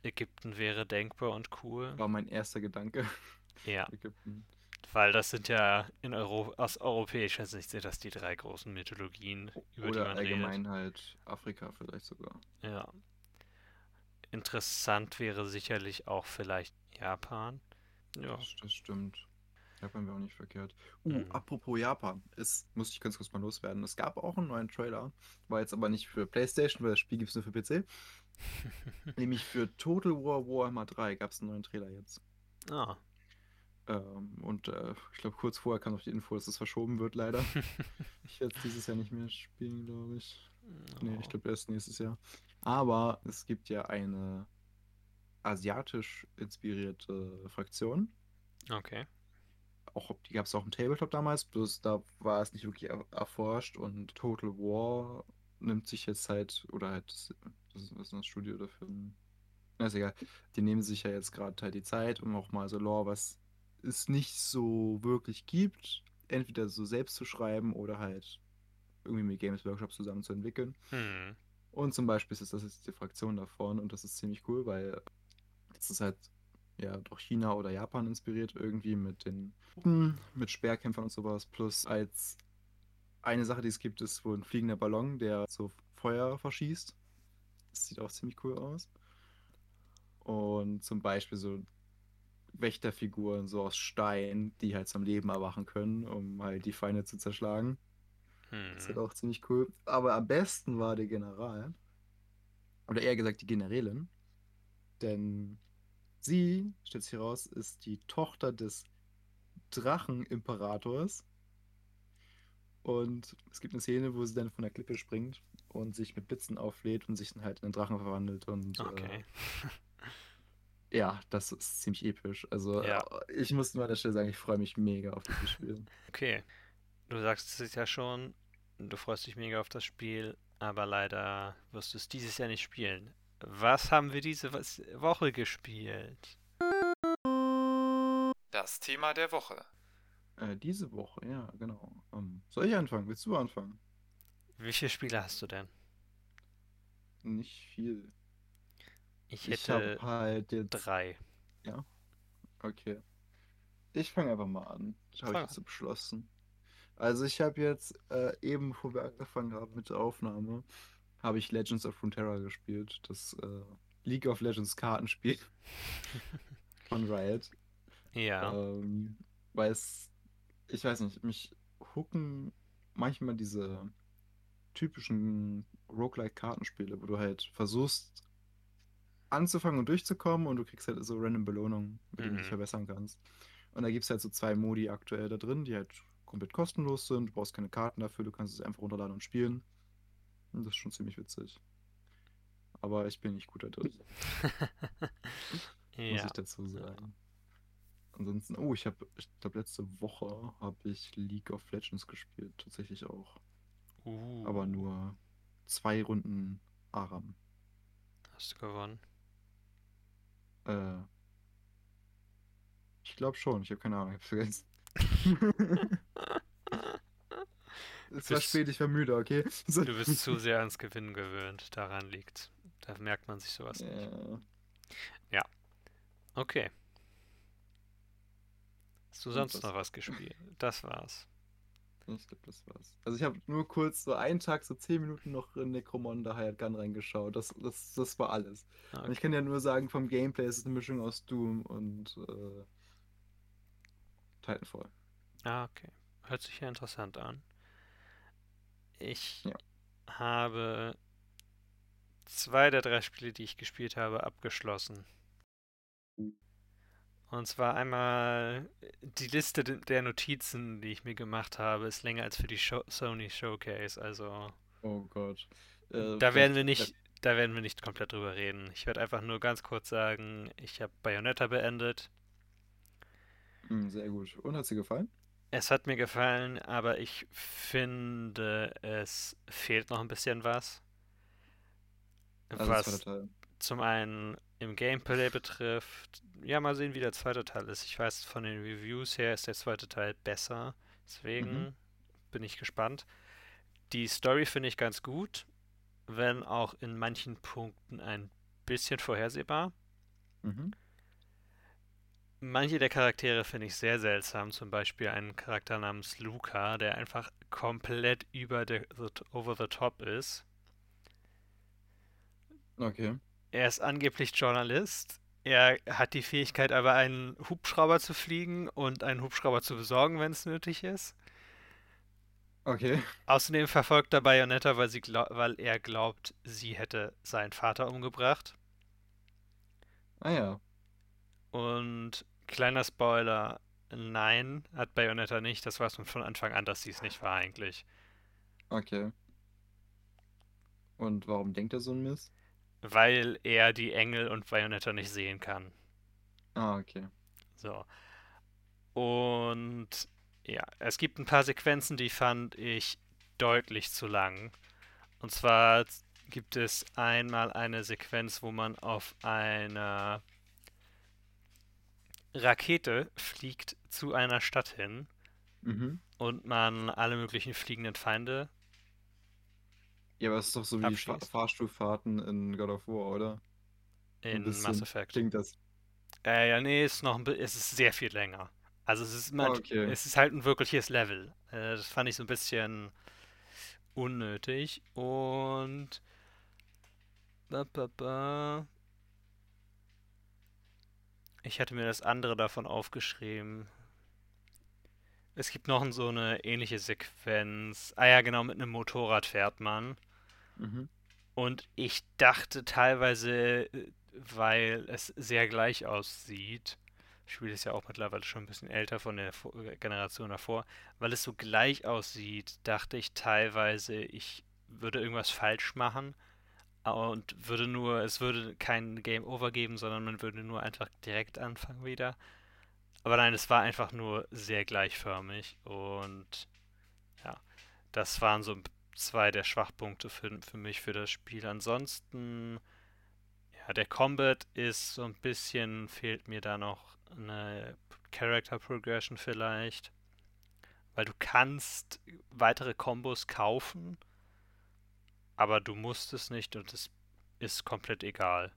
Ägypten wäre denkbar und cool. War mein erster Gedanke. Ja, Ägypten. weil das sind ja in Euro aus europäischer Sicht sind das die drei großen Mythologien, über die Oder man redet. allgemein halt Afrika vielleicht sogar. Ja. Interessant wäre sicherlich auch vielleicht Japan. Ja. Das, das stimmt. Japan wäre auch nicht verkehrt. Uh, Mhm. apropos Japan. Es muss ich ganz kurz mal loswerden. Es gab auch einen neuen Trailer. War jetzt aber nicht für PlayStation, weil das Spiel gibt es nur für P C. Nämlich für Total War Warhammer drei gab es einen neuen Trailer jetzt. Ah. Ähm, und äh, ich glaube, kurz vorher kam noch die Info, dass es verschoben wird, leider. Ich werde es dieses Jahr nicht mehr spielen, glaube ich. Nee, ich Oh. glaube erst nächstes Jahr. Aber es gibt ja eine asiatisch inspirierte Fraktion. Okay. Auch, die gab es auch im Tabletop damals, bloß da war es nicht wirklich er erforscht und Total War nimmt sich jetzt halt, oder halt, das, das ist, was ist das Studio dafür? Na, ist egal. Die nehmen sich ja jetzt gerade halt die Zeit, um auch mal so Lore, was es nicht so wirklich gibt, entweder so selbst zu schreiben oder halt irgendwie mit Games Workshop zusammen zu entwickeln. Hm. Und zum Beispiel ist das jetzt die Fraktion davon und das ist ziemlich cool, weil es ist halt ja doch China oder Japan inspiriert irgendwie mit den Truppen, mit Speerkämpfern und sowas. Plus als eine Sache, die es gibt, ist wohl ein fliegender Ballon, der so Feuer verschießt. Das sieht auch ziemlich cool aus. Und zum Beispiel so Wächterfiguren so aus Stein, die halt zum Leben erwachen können, um halt die Feinde zu zerschlagen. Das ist halt Hm. auch ziemlich cool. Aber am besten war der General, oder eher gesagt die Generälin, denn sie, stellt sich heraus, ist die Tochter des Drachenimperators. Und es gibt eine Szene, wo sie dann von der Klippe springt und sich mit Blitzen auflädt und sich dann halt in einen Drachen verwandelt. Und Okay. äh, ja, das ist ziemlich episch. Also Ja. äh, ich muss nur an der Stelle sagen, ich freue mich mega auf dieses Spiel. Okay. Du sagst es ja schon, du freust dich mega auf das Spiel, aber leider wirst du es dieses Jahr nicht spielen. Was haben wir diese was- Woche gespielt? Das Thema der Woche. Äh, diese Woche, ja, genau. Ähm, soll ich anfangen? Willst du anfangen? Wie viele Spiele hast du denn? Nicht viel. Ich Ich habe hätte halt jetzt. drei. Ja, okay. Ich fange einfach mal an. Das habe ich Fang jetzt an. so beschlossen. Also ich habe jetzt äh, eben, bevor wir angefangen haben mit der Aufnahme, habe ich Legends of Runeterra gespielt. Das äh, League of Legends Kartenspiel von Riot. Ja. Ähm, weil es, ich weiß nicht, mich hooken manchmal diese typischen Roguelike-Kartenspiele, wo du halt versuchst anzufangen und durchzukommen und du kriegst halt so random Belohnungen, mit denen du dich Mhm. verbessern kannst. Und da gibt es halt so zwei Modi aktuell da drin, die halt komplett kostenlos sind. Du brauchst keine Karten dafür, du kannst es einfach runterladen und spielen. Und das ist schon ziemlich witzig. Aber ich bin nicht gut da drin, muss Ja. ich dazu sagen. Ansonsten, oh, ich habe, ich glaube, letzte Woche habe ich League of Legends gespielt, tatsächlich auch. Uh. Aber nur zwei Runden Aram. Hast du gewonnen? Äh, ich glaube schon, ich habe keine Ahnung, ich hab's vergessen. Es war bist- spät, ich war müde, okay? So. Du bist zu sehr ans Gewinnen gewöhnt. Daran liegt's. Da merkt man sich sowas nicht. Ja, Okay. Hast du und sonst das noch was gespielt? Das war's. Ich glaube, das war's. Also ich habe nur kurz so einen Tag, so zehn Minuten noch in Necromunda Hired Gun reingeschaut. Das, das, das war alles. Und ich Okay. kann ja nur sagen, vom Gameplay ist es eine Mischung aus Doom und äh, Titanfall. Ah, okay. Hört sich ja interessant an. Ich Ja. habe zwei der drei Spiele, die ich gespielt habe, abgeschlossen. Und zwar einmal die Liste de- der Notizen, die ich mir gemacht habe, ist länger als für die Show Sony Showcase. Also Oh Gott. Äh, da werden vielleicht. wir nicht, da werden wir nicht komplett drüber reden. Ich werde einfach nur ganz kurz sagen, ich habe Bayonetta beendet. Hm, sehr gut. Und hat sie gefallen? Es hat mir gefallen, aber ich finde, es fehlt noch ein bisschen was. Also der zweite Was Teil. zum einen im Gameplay betrifft. Ja, mal sehen, wie der zweite Teil ist. Ich weiß, von den Reviews her ist der zweite Teil besser. Deswegen Mhm. bin ich gespannt. Die Story finde ich ganz gut, wenn auch in manchen Punkten ein bisschen vorhersehbar. Mhm. Manche der Charaktere finde ich sehr seltsam, zum Beispiel einen Charakter namens Luca, der einfach komplett über der, the, over the top ist. Okay. Er ist angeblich Journalist. Er hat die Fähigkeit, aber einen Hubschrauber zu fliegen und einen Hubschrauber zu besorgen, wenn es nötig ist. Okay. Außerdem verfolgt er Bayonetta, weil, sie glaub, weil er glaubt, sie hätte seinen Vater umgebracht. Ah ja. Und kleiner Spoiler, nein, hat Bayonetta nicht. Das weiß man von Anfang an, dass sie es nicht war eigentlich. Okay. Und warum denkt er so ein Mist? Weil er die Engel und Bayonetta nicht sehen kann. Ah, okay. So. Und ja, es gibt ein paar Sequenzen, die fand ich deutlich zu lang. Und zwar gibt es einmal eine Sequenz, wo man auf einer Rakete fliegt zu einer Stadt hin Mhm. und man alle möglichen fliegenden Feinde Ja, aber es ist doch so wie Fa abschießt. Fahrstuhlfahrten in God of War, oder? So ein In Mass bisschen Effect. klingt das. Äh, ja, nee, ist noch ein bi- es ist sehr viel länger. Also es ist, man, Okay. es ist halt ein wirkliches Level. Äh, das fand ich so ein bisschen unnötig. Und ba, ba, ba. Ich hatte mir das andere davon aufgeschrieben. Es gibt noch so eine ähnliche Sequenz. Ah ja, genau, mit einem Motorrad fährt man. Mhm. Und ich dachte teilweise, äh, weil es sehr gleich aussieht, das Spiel ist ja auch mittlerweile schon ein bisschen älter von der Vor- äh, Generation davor, weil es so gleich aussieht, dachte ich teilweise, ich würde irgendwas falsch machen und würde nur, es würde kein Game Over geben, sondern man würde nur einfach direkt anfangen wieder. Aber nein, es war einfach nur sehr gleichförmig und ja, das waren so zwei der Schwachpunkte für, für mich für das Spiel. Ansonsten, ja, der Combat ist so ein bisschen, fehlt mir da noch eine Character Progression vielleicht, weil du kannst weitere Kombos kaufen, aber du musst es nicht und es ist komplett egal.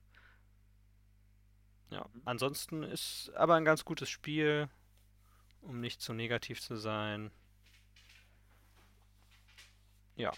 Ja, Mhm. ansonsten ist aber ein ganz gutes Spiel, um nicht zu negativ zu sein. Ja,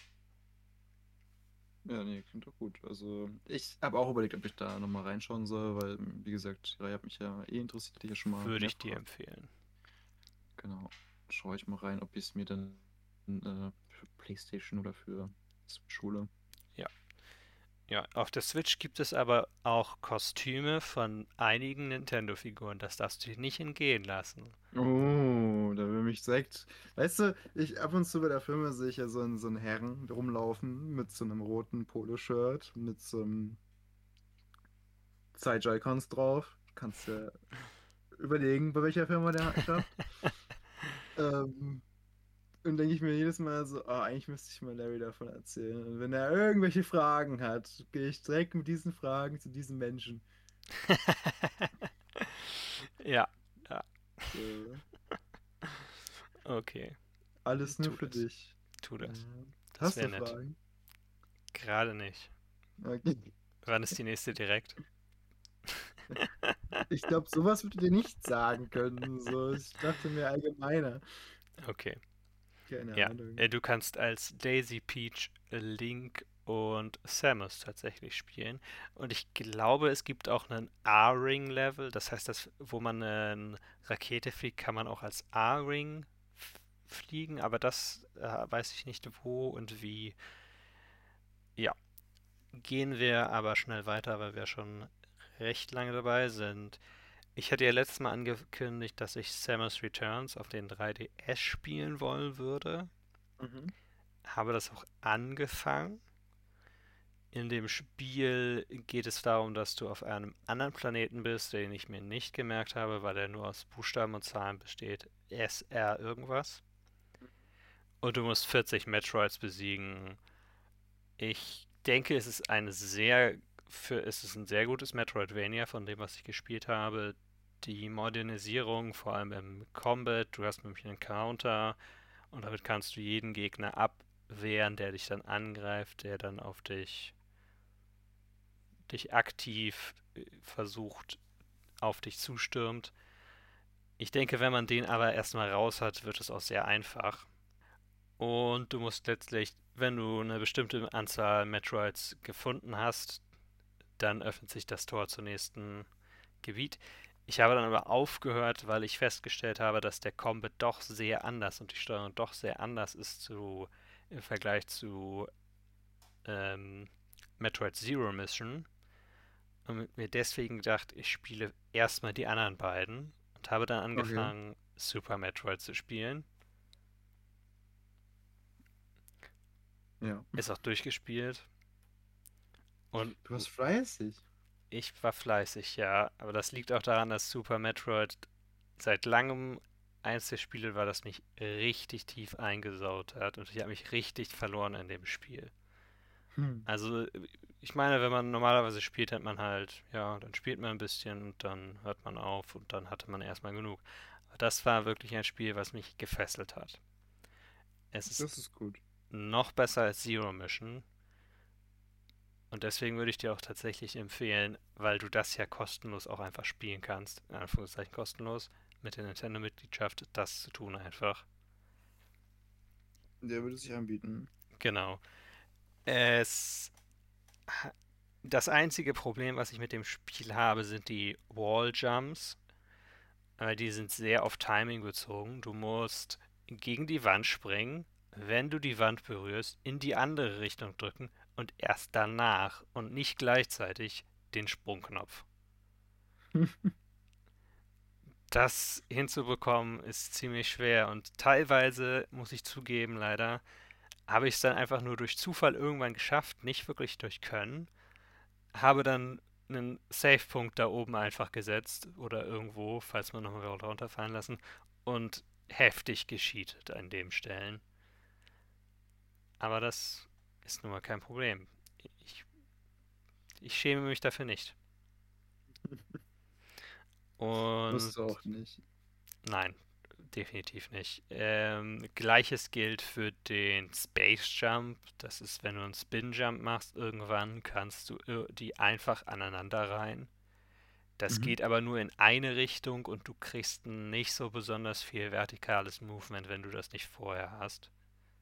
Ja, nee, klingt doch gut. Also, ich habe auch überlegt, ob ich da nochmal reinschauen soll, weil, wie gesagt, die Reihe hat mich ja eh interessiert, hatte ich ja schon mal würde ich dir mehrfach. empfehlen. Genau. Schaue ich mal rein, ob ich es mir dann äh, für PlayStation oder für Switch hole. Ja. Ja, auf der Switch gibt es aber auch Kostüme von einigen Nintendo-Figuren. Das darfst du dir nicht entgehen lassen. Oh, da will mich direkt. Weißt du, ich ab und zu bei der Firma sehe ich ja so einen, so einen Herrn rumlaufen mit so einem roten Poloshirt, mit so einem zwei Joy-Cons drauf. Kannst ja überlegen, bei welcher Firma der schafft. Ähm, und denke ich mir jedes Mal so, oh, eigentlich müsste ich mal Larry davon erzählen. Und wenn er irgendwelche Fragen hat, gehe ich direkt mit diesen Fragen zu diesem Menschen. Ja, ja, So, okay. alles nur Tu für das. dich. Tu Ja. das. Das Hast wäre du nett. Fragen? Gerade nicht. Okay. Wann ist die nächste direkt? Ich glaube, sowas würdet ihr nicht sagen können. So, ich dachte mir allgemeiner. Okay. Keine Ja, Ahnung. äh, du kannst als Daisy Peach, äh, Link und Samus tatsächlich spielen. Und ich glaube, es gibt auch einen A-Ring-Level. Das heißt, dass, wo man eine Rakete fliegt, kann man auch als A-Ring f- fliegen. Aber das äh, weiß ich nicht wo und wie. Ja, gehen wir aber schnell weiter, weil wir schon recht lange dabei sind. Ich hatte ja letztes Mal angekündigt, dass ich Samus Returns auf den drei D S spielen wollen würde. Mhm. Habe das auch angefangen. In dem Spiel geht es darum, dass du auf einem anderen Planeten bist, den ich mir nicht gemerkt habe, weil er nur aus Buchstaben und Zahlen besteht. S R irgendwas. Und du musst vierzig Metroids besiegen. Ich denke, es ist ein sehr für es ist ein sehr gutes Metroidvania von dem, was ich gespielt habe. Die Modernisierung, vor allem im Combat, du hast nämlich einen Counter und damit kannst du jeden Gegner abwehren, der dich dann angreift, der dann auf dich dich aktiv äh, versucht auf dich zustürmt. Ich denke, wenn man den aber erstmal raus hat, wird es auch sehr einfach. Und du musst letztlich, wenn du eine bestimmte Anzahl Metroids gefunden hast, dann öffnet sich das Tor zum nächsten Gebiet. Ich habe dann aber aufgehört, weil ich festgestellt habe, dass der Combat doch sehr anders und die Steuerung doch sehr anders ist zu, im Vergleich zu ähm, Metroid Zero Mission. Und mir deswegen gedacht, ich spiele erstmal die anderen beiden und habe dann Okay. angefangen, Super Metroid zu spielen. Ja. Ist auch durchgespielt. Und Du warst fleißig. ich war fleißig, ja. Aber das liegt auch daran, dass Super Metroid seit langem eins der Spiele war, das mich richtig tief eingesaut hat. Und ich habe mich richtig verloren in dem Spiel. Hm. Also, ich meine, wenn man normalerweise spielt, hat man halt, ja, dann spielt man ein bisschen und dann hört man auf und dann hatte man erstmal genug. Aber das war wirklich ein Spiel, was mich gefesselt hat. Es ist Das ist gut. noch besser als Zero Mission. Und deswegen würde ich dir auch tatsächlich empfehlen, weil du das ja kostenlos auch einfach spielen kannst, in Anführungszeichen kostenlos, mit der Nintendo-Mitgliedschaft, das zu tun einfach. Der würde sich anbieten. Genau. Es. Das einzige Problem, was ich mit dem Spiel habe, sind die Wall-Jumps. Äh, Die sind sehr auf Timing bezogen. Du musst gegen die Wand springen, wenn du die Wand berührst, in die andere Richtung drücken und erst danach und nicht gleichzeitig den Sprungknopf. Das hinzubekommen ist ziemlich schwer und teilweise, muss ich zugeben, leider, habe ich es dann einfach nur durch Zufall irgendwann geschafft, nicht wirklich durch Können, habe dann einen Save-Punkt da oben einfach gesetzt oder irgendwo, falls man nochmal runterfallen lassen und heftig gescheatet an den Stellen. Aber das ist nun mal kein Problem. Ich, ich schäme mich dafür nicht. Und Musst du auch nicht. nein, definitiv nicht. Ähm, Gleiches gilt für den Space Jump. Das ist, wenn du einen Spin Jump machst, irgendwann kannst du ir- die einfach aneinander rein. Das Mhm. geht aber nur in eine Richtung und du kriegst nicht so besonders viel vertikales Movement, wenn du das nicht vorher hast.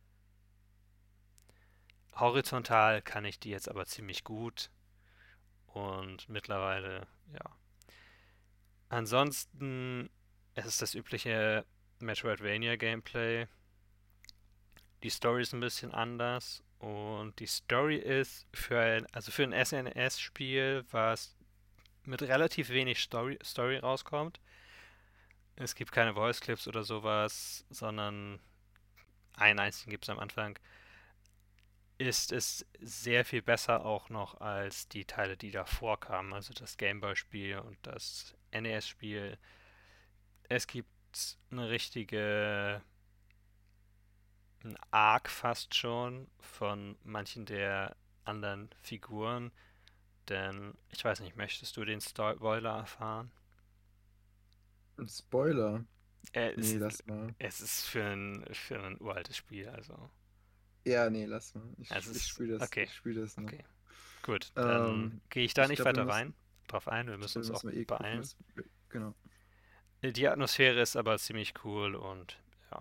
Horizontal kann ich die jetzt aber ziemlich gut und mittlerweile, ja. Ansonsten, es ist das übliche Metroidvania-Gameplay. Die Story ist ein bisschen anders und die Story ist für ein, also für ein S N E S-Spiel, was mit relativ wenig Story, Story rauskommt. Es gibt keine Voice Clips oder sowas, sondern einen einzigen gibt es am Anfang. Ist es sehr viel besser auch noch als die Teile, die davor kamen, also das Gameboy-Spiel und das N E S-Spiel. Es gibt eine richtige, ein Arc fast schon von manchen der anderen Figuren, denn ich weiß nicht, möchtest du den Spoiler erfahren? Ein Spoiler. Äh, es, Nee, lass mal. es ist für ein, für ein uraltes Spiel, also. Ja, nee, lass mal. Ich, Es ich ist, spiele das, okay, ich spiele das noch. okay. Gut, dann Ähm, gehe ich da ich nicht glaube, wir weiter müssen, rein drauf ein. Wir ich müssen glaube, uns wir auch müssen mal eh gucken, beeilen. was. Genau. Die Atmosphäre ist aber ziemlich cool und ja,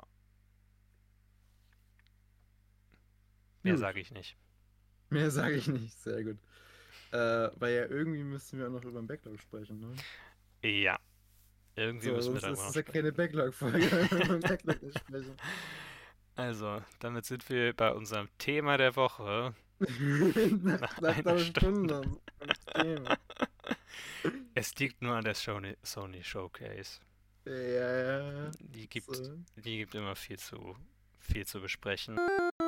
mehr Gut. sage ich nicht. Mehr sage ich nicht. Sehr gut. Äh, weil ja irgendwie müssen wir auch noch über den Backlog sprechen, ne? Ja, irgendwie So, müssen wir sonst darüber ist noch es ja sprechen. keine Backlog-Folge, wenn wir über den Backlog nicht sprechen. Also, damit sind wir bei unserem Thema der Woche nach, nach nach einer einer Stunde. Stunde. Das Thema. Es liegt nur an der Sony, Sony Showcase. Ja, ja. Die gibt, So. die gibt immer viel zu, viel zu besprechen.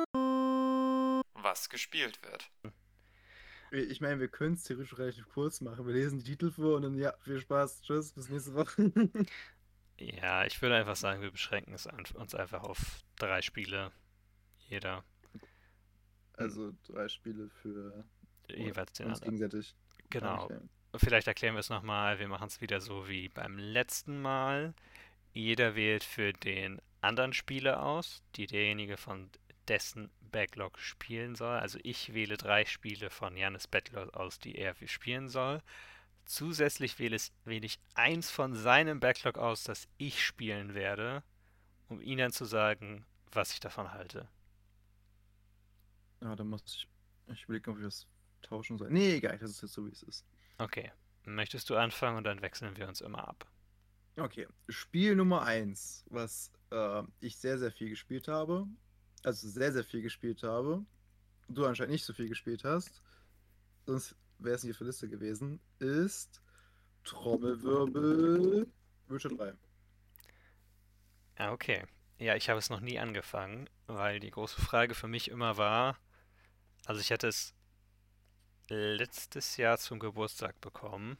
Was gespielt wird. Ich meine, wir können es theoretisch relativ kurz machen. Wir lesen die Titel vor und dann, ja, viel Spaß. Tschüss, bis nächste Woche. Ja, ich würde einfach sagen, wir beschränken es an, uns einfach auf drei Spiele. Jeder. Also drei Spiele für Jeweils den uns anderen. gegenseitig. Genau. darstellen. Vielleicht erklären wir es nochmal. Wir machen es wieder so wie beim letzten Mal. Jeder wählt für den anderen Spieler aus, die derjenige von dessen Backlog spielen soll. Also ich wähle drei Spiele von Jannis Backlog aus, die er spielen soll. zusätzlich wähle, es, wähle ich eins von seinem Backlog aus, das ich spielen werde, um ihm dann zu sagen, was ich davon halte. Ja, dann muss ich. Ich überlege, ob ich das tauschen soll. Nee, egal, das ist jetzt so, wie es ist. Okay, möchtest du anfangen und dann wechseln wir uns immer ab. Okay, Spiel Nummer eins, was äh, ich sehr, sehr viel gespielt habe. Also sehr, sehr viel gespielt habe. Du anscheinend nicht so viel gespielt hast. Sonst wäre es nicht auf der Liste gewesen. Ist Trommelwirbel Witcher drei. Ja, okay. Ja, ich habe es noch nie angefangen, weil die große Frage für mich immer war, also ich hatte es letztes Jahr zum Geburtstag bekommen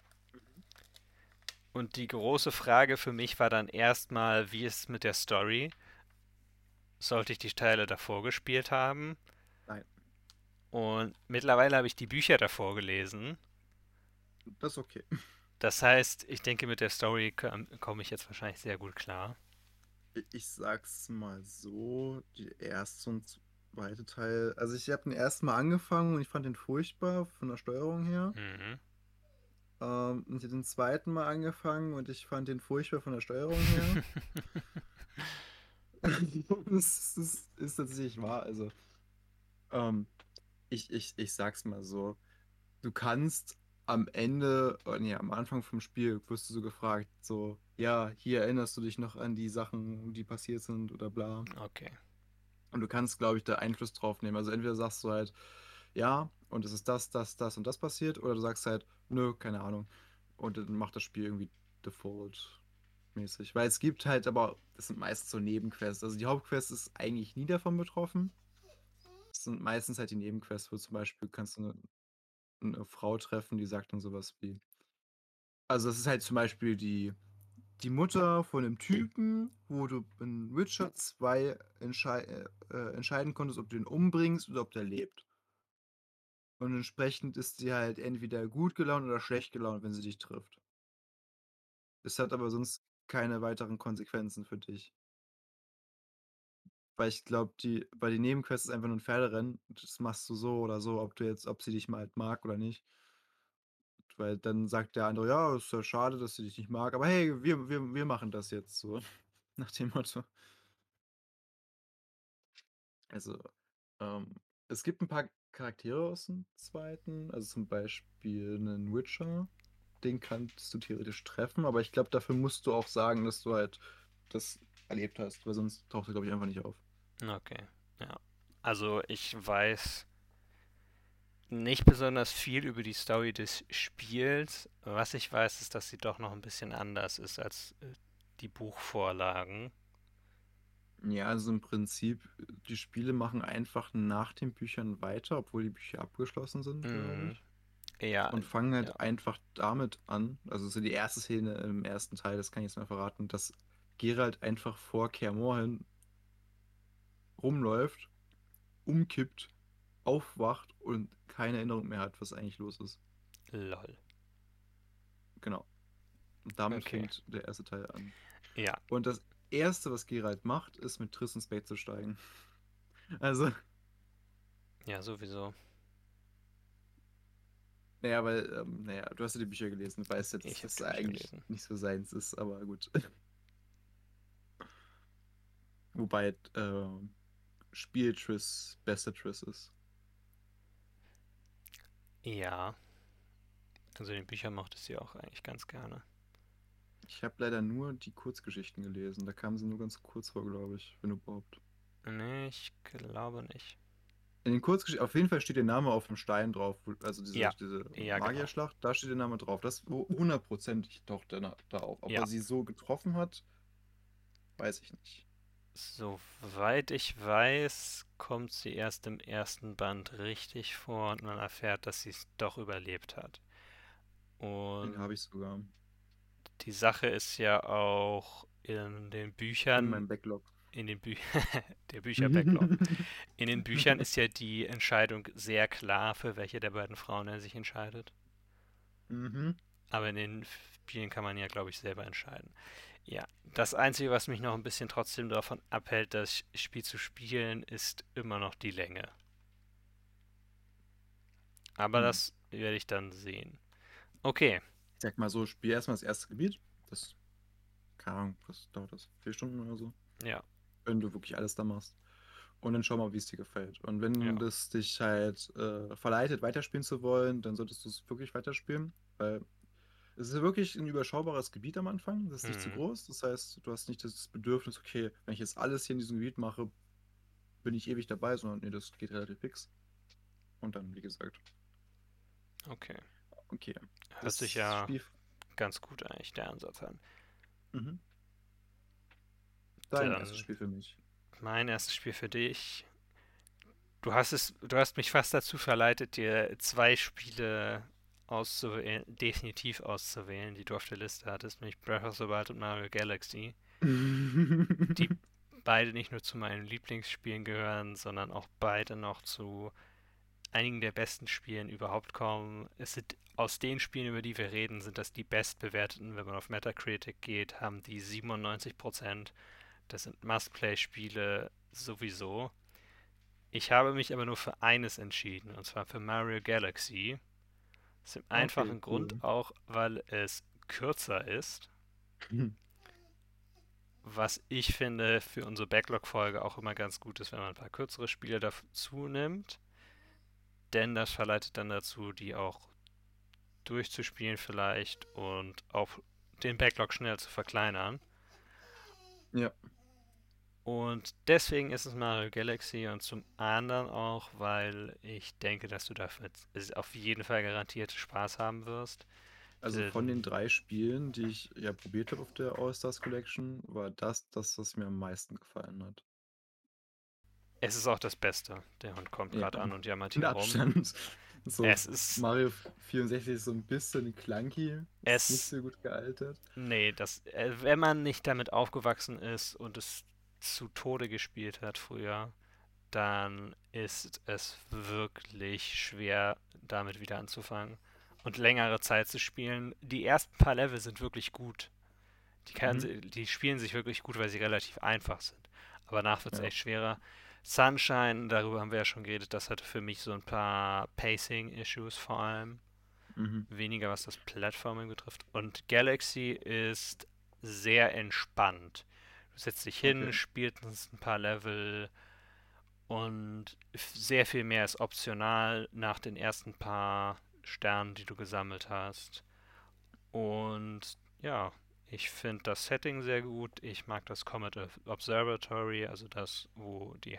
und die große Frage für mich war dann erstmal, wie ist es mit der Story? Sollte ich die Teile davor gespielt haben? Nein, Und mittlerweile habe ich die Bücher davor gelesen. das ist okay. Das heißt, ich denke, mit der Story komm- komme ich jetzt wahrscheinlich sehr gut klar. Ich, ich sag's mal so, die erste und zweite Teil. Also ich habe den ersten Mal angefangen und ich fand den furchtbar von der Steuerung her. Mhm. Ähm, und ich habe den zweiten Mal angefangen und ich fand den furchtbar von der Steuerung her. Das ist, ist tatsächlich wahr. Also, ähm, ich, ich, ich sag's mal so. Du kannst am Ende, oh nee, am Anfang vom Spiel wirst du so gefragt, so, ja, hier erinnerst du dich noch an die Sachen, die passiert sind oder bla. Okay. Und du kannst, glaube ich, da Einfluss drauf nehmen. Also entweder sagst du halt, ja, und es ist das, das, das und das passiert, oder du sagst halt, nö, keine Ahnung. Und dann macht das Spiel irgendwie Default-mäßig. Weil es gibt halt aber, das sind meistens so Nebenquests. Also die Hauptquest ist eigentlich nie davon betroffen. Es sind meistens halt die Nebenquests, wo zum Beispiel kannst du eine, eine Frau treffen, die sagt dann sowas wie. Also das ist halt zum Beispiel die, die Mutter von einem Typen, wo du in Witcher zwei entschei äh, äh, entscheiden konntest, ob du ihn umbringst oder ob der lebt. Und entsprechend ist sie halt entweder gut gelaunt oder schlecht gelaunt, wenn sie dich trifft. Es hat aber sonst keine weiteren Konsequenzen für dich. Weil ich glaube, die, bei den Nebenquests ist einfach nur ein Pferderennen. Das machst du so oder so, ob du jetzt, ob sie dich mal halt mag oder nicht. Weil dann sagt der andere, ja, ist ja schade, dass sie dich nicht mag, aber hey, wir, wir, wir machen das jetzt so. Nach dem Motto. Also, ähm, es gibt ein paar Charaktere aus dem zweiten, also zum Beispiel einen Witcher, den kannst du theoretisch treffen, aber ich glaube, dafür musst du auch sagen, dass du halt das erlebt hast, weil sonst taucht er, glaube ich, einfach nicht auf. Okay. Ja. Also ich weiß nicht besonders viel über die Story des Spiels. Was ich weiß, ist, dass sie doch noch ein bisschen anders ist als äh, die Buchvorlagen. Ja, also im Prinzip, die Spiele machen einfach nach den Büchern weiter, obwohl die Bücher abgeschlossen sind, glaube Mhm. ich. Ja, Und fangen ja. halt einfach damit an, also so die erste Szene im ersten Teil, das kann ich jetzt mal verraten, dass Geralt einfach vor Kaer Morhen rumläuft, umkippt, aufwacht und keine Erinnerung mehr hat, was eigentlich los ist. Lol. Genau. Und damit Okay. fängt der erste Teil an. Ja, Und das Erste, was Geralt macht, ist mit Triss ins Bett zu steigen. Also, ja, sowieso. naja, weil, ähm, naja, du hast ja die Bücher gelesen, du weißt ja, dass Ich habe das die Bücher eigentlich gelesen. nicht so seins ist, aber gut. Wobei, ähm, Spiel Triss bester Triss ist. Ja, also die Bücher mochte sie auch eigentlich ganz gerne. Ich habe leider nur die Kurzgeschichten gelesen. Da kamen sie nur ganz kurz vor, glaube ich, wenn überhaupt. Nee, ich glaube nicht. In den Kurzgeschichten, auf jeden Fall steht der Name auf dem Stein drauf, wo- also diese, Ja, diese ja, genau. Magierschlacht, da steht der Name drauf. Das hundertprozentig taucht der na- da auf. Ob Ja, er sie so getroffen hat, weiß ich nicht. soweit ich weiß, kommt sie erst im ersten Band richtig vor und man erfährt, dass sie es doch überlebt hat. Den Und habe ich sogar die Sache ist ja auch in den in Büchern, meinem Backlog. in den Bü der Bücher-Backlog. In den Büchern ist ja die Entscheidung sehr klar, für welche der beiden Frauen er sich entscheidet. Mhm. Aber in den Spielen kann man ja, glaube ich, selber entscheiden. Ja, das Einzige, was mich noch ein bisschen trotzdem davon abhält, das Spiel zu spielen, ist immer noch die Länge. Aber Hm. das werde ich dann sehen. Okay. Ich sag mal so, spiel erstmal das erste Gebiet. Das, keine Ahnung, was dauert das? Vier Stunden oder so? Ja, Wenn du wirklich alles da machst. Und dann schau mal, wie es dir gefällt. Und wenn ja. das dich halt äh, verleitet, weiterspielen zu wollen, dann solltest du es wirklich weiterspielen. Weil es ist wirklich ein überschaubares Gebiet am Anfang. Das ist nicht zu Mhm. groß. Das heißt, du hast nicht das Bedürfnis, okay, wenn ich jetzt alles hier in diesem Gebiet mache, bin ich ewig dabei, sondern nee, das geht relativ fix. Und dann, wie gesagt, Okay. okay. Hört sich Das ja Spiel. ganz gut eigentlich, der Ansatz an. Mhm. Dein erstes Dann Spiel für mich. mein erstes Spiel für dich. Du hast es, du hast mich fast dazu verleitet, dir zwei Spiele auszuwählen, definitiv auszuwählen, die du auf der Liste hattest, nämlich Breath of the Wild und Mario Galaxy, die beide nicht nur zu meinen Lieblingsspielen gehören, sondern auch beide noch zu einigen der besten Spielen überhaupt kommen. Es sind aus den Spielen, über die wir reden, sind das die bestbewerteten. Wenn man auf Metacritic geht, haben die siebenundneunzig Prozent. Das sind Must-Play-Spiele sowieso. Ich habe mich aber nur für eines entschieden, und zwar für Mario Galaxy. Aus dem Okay, einfachen Grund cool. auch, weil es kürzer ist, was ich finde für unsere Backlog-Folge auch immer ganz gut ist, wenn man ein paar kürzere Spiele dazu nimmt, denn das verleitet dann dazu, die auch durchzuspielen vielleicht und auch den Backlog schnell zu verkleinern. Ja, Und deswegen ist es Mario Galaxy und zum anderen auch, weil ich denke, dass du dafür auf jeden Fall garantiert Spaß haben wirst. also von den Denn drei Spielen, die ich ja probiert habe auf der All-Stars Collection, war das das, was mir am meisten gefallen hat. es ist auch das Beste. Der Hund kommt Ja, gerade an und jammert mit hier rum. Abstand. So, Es ist, Mario vierundsechzig ist so ein bisschen clunky, ist nicht es, so gut gealtert. nee, das, äh, wenn man nicht damit aufgewachsen ist und es zu Tode gespielt hat früher, dann ist es wirklich schwer, damit wieder anzufangen und längere Zeit zu spielen. Die ersten paar Level sind wirklich gut. Die, kann, Mhm. die spielen sich wirklich gut, weil sie relativ einfach sind. Aber danach wird es Ja. echt schwerer. Sunshine, darüber haben wir ja schon geredet, das hatte für mich so ein paar Pacing-Issues vor allem. Mhm. Weniger was das Platforming betrifft. Und Galaxy ist sehr entspannt. Du setzt dich Okay. hin, spielst ein paar Level und sehr viel mehr ist optional nach den ersten paar Sternen, die du gesammelt hast. Und ja, ich finde das Setting sehr gut. Ich mag das Comet Observatory, also das, wo die,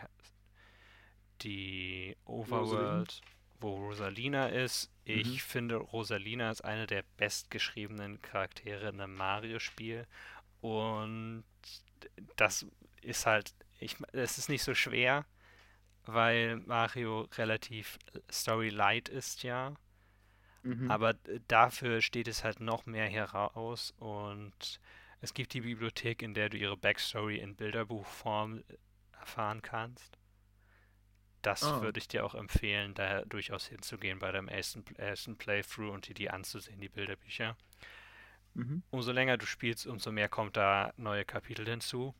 die Rosaline? Overworld, wo Rosalina ist. Mhm. Ich finde, Rosalina ist eine der bestgeschriebenen Charaktere in einem Mario-Spiel. Und das ist halt, ich, es ist nicht so schwer, weil Mario relativ story-light ist, ja. Mhm. Aber dafür steht es halt noch mehr heraus und es gibt die Bibliothek, in der du ihre Backstory in Bilderbuchform erfahren kannst. Das Ah. würde ich dir auch empfehlen, da durchaus hinzugehen bei deinem ersten, ersten Playthrough und dir die anzusehen, die Bilderbücher. Mhm. Umso länger du spielst, umso mehr kommt da neue Kapitel hinzu.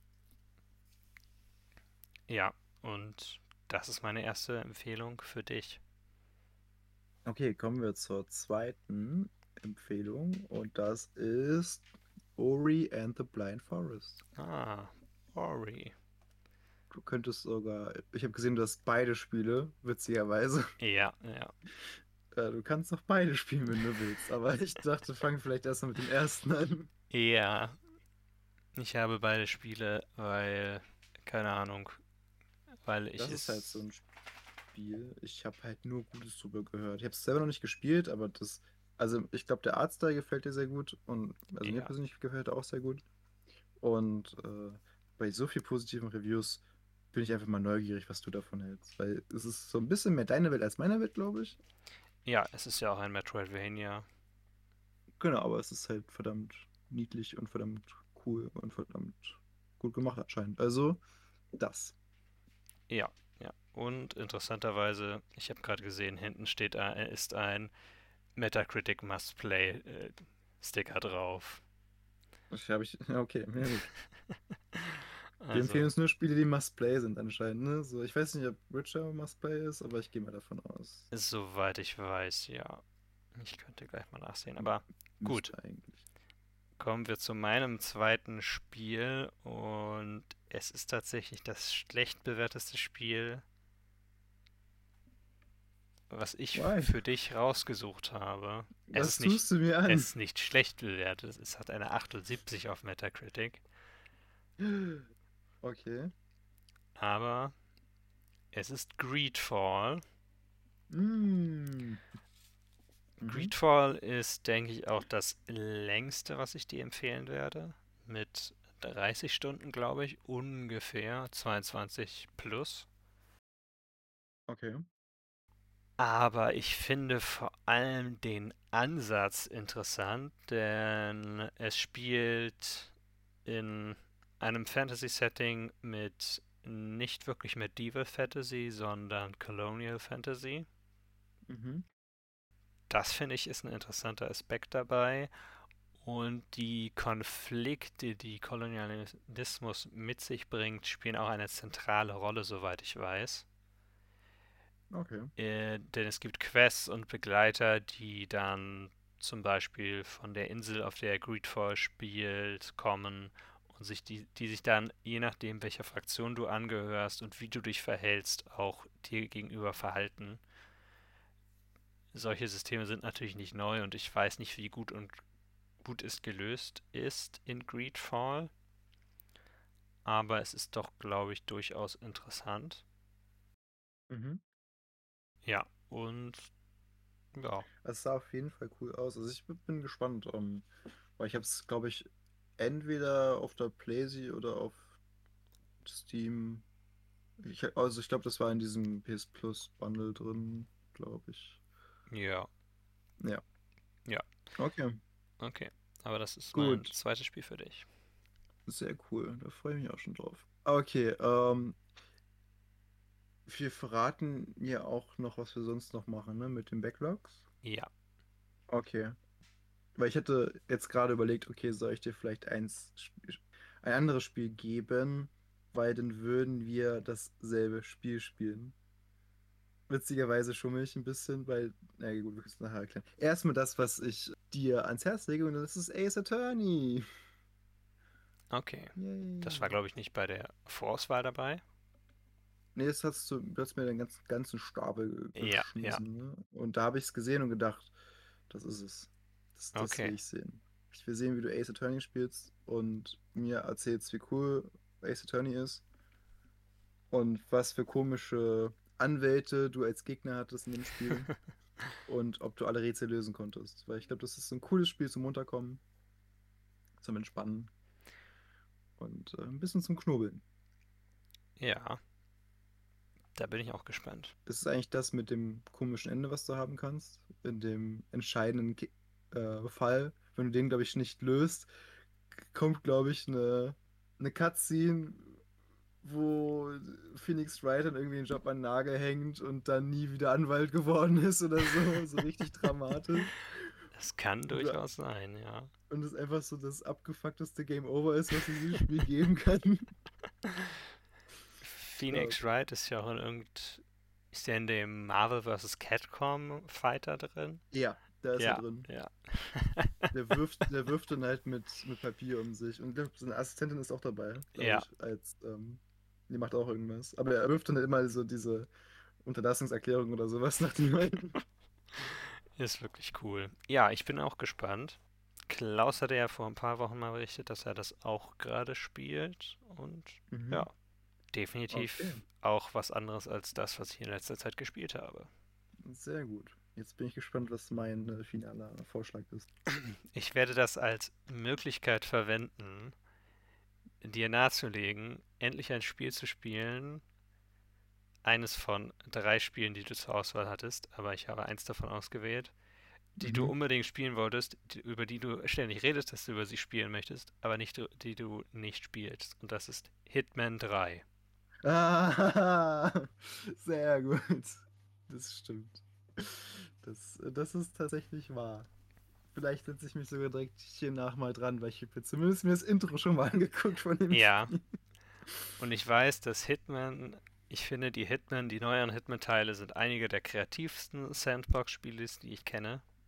Ja, und das ist meine erste Empfehlung für dich. Okay, kommen wir zur zweiten Empfehlung und das ist Ori and the Blind Forest. Ah, Ori. Du könntest sogar, ich habe gesehen, du hast beide Spiele, witzigerweise. Ja, ja. Äh, Du kannst doch beide spielen, wenn du willst, aber ich dachte, fang vielleicht erstmal mit dem ersten an. Ja, ich habe beide Spiele, weil, keine Ahnung, weil ich Das ist halt so es. ein Spiel. Ich habe halt nur Gutes drüber gehört. Ich habe es selber noch nicht gespielt, aber das, also ich glaube, der Artstyle gefällt dir sehr gut und also mir Ja, persönlich gefällt er auch sehr gut. Und äh, bei so viel positiven Reviews bin ich einfach mal neugierig, was du davon hältst, weil es ist so ein bisschen mehr deine Welt als meine Welt, glaube ich. ja, es ist ja auch ein Metroidvania. Genau, aber es ist halt verdammt niedlich und verdammt cool und verdammt gut gemacht anscheinend. Also das. Ja, ja. Und interessanterweise, ich habe gerade gesehen, hinten steht, ein- ist ein Metacritic Must Play äh, Sticker drauf. Das habe ich. Ja, okay, ja gut. Wir empfehlen Also, uns nur Spiele, die Must-Play sind anscheinend, ne? So, ich weiß nicht, ob Witcher Must-Play ist, aber ich gehe mal davon aus. soweit ich weiß, ja. Ich könnte gleich mal nachsehen, aber gut. Müsste eigentlich. Kommen wir zu meinem zweiten Spiel und es ist tatsächlich das schlecht bewerteste Spiel, was ich Why? für dich rausgesucht habe. Es Was ist nicht, tust du mir an? es ist nicht schlecht bewertet, es hat eine achtundsiebzig auf Metacritic, Okay. aber es ist Greedfall. Mm. Mhm. Greedfall ist, denke ich, auch das längste, was ich dir empfehlen werde. Mit dreißig Stunden, glaube ich, ungefähr zweiundzwanzig plus. Okay. Aber ich finde vor allem den Ansatz interessant, denn es spielt in einem Fantasy-Setting mit nicht wirklich Medieval Fantasy, sondern Colonial Fantasy. Mhm. Das finde ich ist ein interessanter Aspekt dabei. Und die Konflikte, die Kolonialismus mit sich bringt, spielen auch eine zentrale Rolle, soweit ich weiß. Okay. Äh, denn es gibt Quests und Begleiter, die dann zum Beispiel von der Insel, auf der Greedfall spielt, kommen und sich die, die sich dann, je nachdem, welcher Fraktion du angehörst und wie du dich verhältst, auch dir gegenüber verhalten. Solche Systeme sind natürlich nicht neu und ich weiß nicht, wie gut und gut es gelöst ist in Greedfall, aber es ist doch, glaube ich, durchaus interessant. Mhm. Ja, und ja, Es sah auf jeden Fall cool aus. Also ich bin bin gespannt, ähm, weil ich habe es, glaube ich, entweder auf der PlayStation oder auf Steam. Ich, also ich glaube, das war in diesem P S Plus Bundle drin, glaube ich. ja, Ja. ja, Okay. okay. Aber das ist mein Gut. zweites Spiel für dich. Sehr cool. Da freue ich mich auch schon drauf. Okay. Ähm, wir verraten ja auch noch, was wir sonst noch machen, ne? Mit den Backlogs. Ja, Okay. Weil ich hätte jetzt gerade überlegt, okay, soll ich dir vielleicht eins, sp- ein anderes Spiel geben, weil dann würden wir dasselbe Spiel spielen. Witzigerweise schummel ich ein bisschen, weil, na gut, wir können es nachher erklären. Erstmal das, was ich dir ans Herz lege, und das ist Ace Attorney. okay. Das war, Yay. glaube ich, nicht bei der Vorauswahl dabei. Nee, das hast du, du hast mir den ganzen, ganzen Stapel ge- Ja, ja, geschmissen, ne? Und da habe ich es gesehen und gedacht, das ist es. Das, das okay. will ich sehen. Ich will sehen, wie du Ace Attorney spielst und mir erzählst, wie cool Ace Attorney ist und was für komische Anwälte du als Gegner hattest in dem Spiel und ob du alle Rätsel lösen konntest. Weil ich glaube, das ist ein cooles Spiel zum Runterkommen, zum Entspannen und äh, ein bisschen zum Knobeln. Ja, da bin ich auch gespannt. Ist es eigentlich das mit dem komischen Ende, was du haben kannst? In dem entscheidenden Ki- äh, Fall, wenn du den, glaube ich, nicht löst, kommt, glaube ich, eine, eine Cutscene, wo Phoenix Wright dann irgendwie den Job an den Nagel hängt und dann nie wieder Anwalt geworden ist oder so. So richtig dramatisch. Das kann Und, du, durchaus sein, ja. und es einfach so das abgefuckteste Game Over ist, was es in diesem Spiel geben kann. Ja, Phoenix Wright ist ja auch in irgend... Ist der in dem Marvel versus. Capcom Fighter drin? ja, da ist er Ja, drin. ja. Der wirft, der wirft dann halt mit, mit Papier um sich. Und ich glaub, seine Assistentin ist auch dabei, glaube Ja, ich, als, ähm, die macht auch irgendwas. Aber er wirft dann halt immer so diese Unterlassungserklärung oder sowas nach den Leuten. ist wirklich cool. Ja, ich bin auch gespannt. Klaus hatte ja vor ein paar Wochen mal berichtet, dass er das auch gerade spielt. Und Mhm. ja, definitiv Okay, auch was anderes als das, was ich in letzter Zeit gespielt habe. sehr gut. Jetzt bin ich gespannt, was mein äh, finaler Vorschlag ist. Ich werde das als Möglichkeit verwenden, dir nahezulegen, endlich ein Spiel zu spielen, eines von drei Spielen, die du zur Auswahl hattest, aber ich habe eins davon ausgewählt, die du Mhm. unbedingt spielen wolltest, die, über die du ständig redest, dass du über sie spielen möchtest, aber nicht, die du nicht spielst. Und das ist Hitman drei. Ah, sehr gut. Das stimmt. Das, das ist tatsächlich wahr. Vielleicht setze ich mich sogar direkt hier nach mal dran, weil ich habe jetzt zumindest mir das Intro schon mal angeguckt von dem Ja, Spiel. und ich weiß, dass Hitman, ich finde, die Hitman, die neueren Hitman-Teile sind einige der kreativsten Sandbox-Spiele, die ich kenne.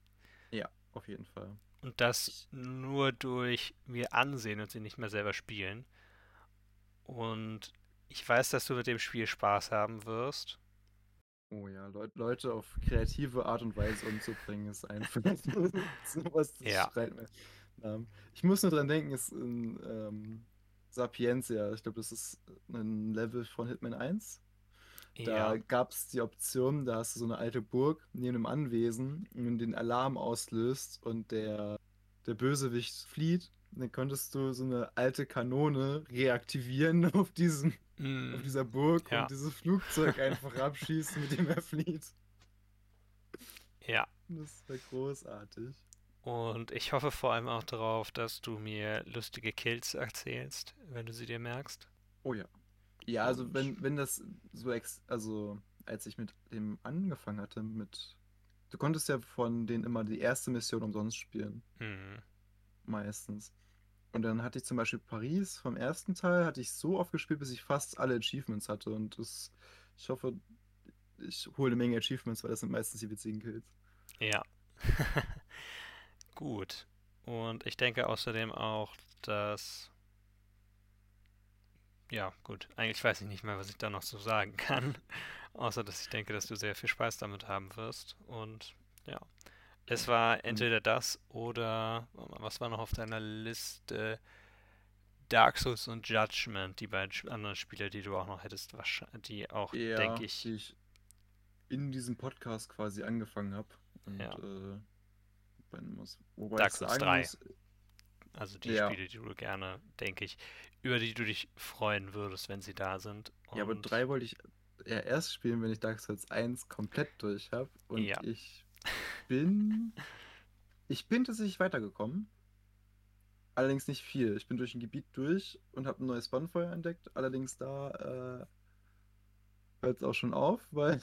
Ja, auf jeden Fall. Und das Ich, nur durch mir ansehen und sie nicht mehr selber spielen. Und ich weiß, dass du mit dem Spiel Spaß haben wirst. oh ja, Leut, Leute auf kreative Art und Weise umzubringen, ist einfach sowas, das Ja, schreit mir. Ähm, ich muss nur dran denken, ist in ähm, Sapientia, ich glaube, das ist ein Level von Hitman eins. Da ja. gab es die Option, da hast du so eine alte Burg neben einem Anwesen und wenn du den Alarm auslöst und der, der Bösewicht flieht, dann konntest du so eine alte Kanone reaktivieren auf diesem, auf Mm, dieser Burg und ja, dieses Flugzeug einfach abschießen, mit dem er flieht. ja. Das wäre großartig. Und ich hoffe vor allem auch darauf, dass du mir lustige Kills erzählst, wenn du sie dir merkst. Oh ja. Ja, also Und wenn, wenn das so ex, also als ich mit dem angefangen hatte, mit, du konntest ja von denen immer die erste Mission umsonst spielen, mm, meistens. Und dann hatte ich zum Beispiel Paris vom ersten Teil, hatte ich so oft gespielt, bis ich fast alle Achievements hatte. Und das, ich hoffe, ich hole eine Menge Achievements, weil das sind meistens die witzigen Kills. ja. Gut. Und ich denke außerdem auch, dass, ja, gut, eigentlich weiß ich nicht mehr, was ich da noch so sagen kann. Außer, dass ich denke, dass du sehr viel Spaß damit haben wirst. Und ja, es war Und entweder das oder, warte mal, was war noch auf deiner Liste? Dark Souls und Judgment, die beiden Sp- anderen Spiele, die du auch noch hättest, wahrscheinlich, die auch, denke eher, ich, die ich in diesem Podcast quasi angefangen habe. Und ja, äh, bei- muss, wobei ich Dark Souls sagen drei. muss, Also die ja, Spiele, die du gerne, denke ich, über die du dich freuen würdest, wenn sie da sind. ja, aber Und drei wollte ich eher erst spielen, wenn ich Dark Souls eins komplett durch habe. Und ja, ich bin, ich bin tatsächlich weitergekommen. Allerdings nicht viel. Ich bin durch ein Gebiet durch und habe ein neues Bonfeuer entdeckt. Allerdings da äh, hört es auch schon auf, weil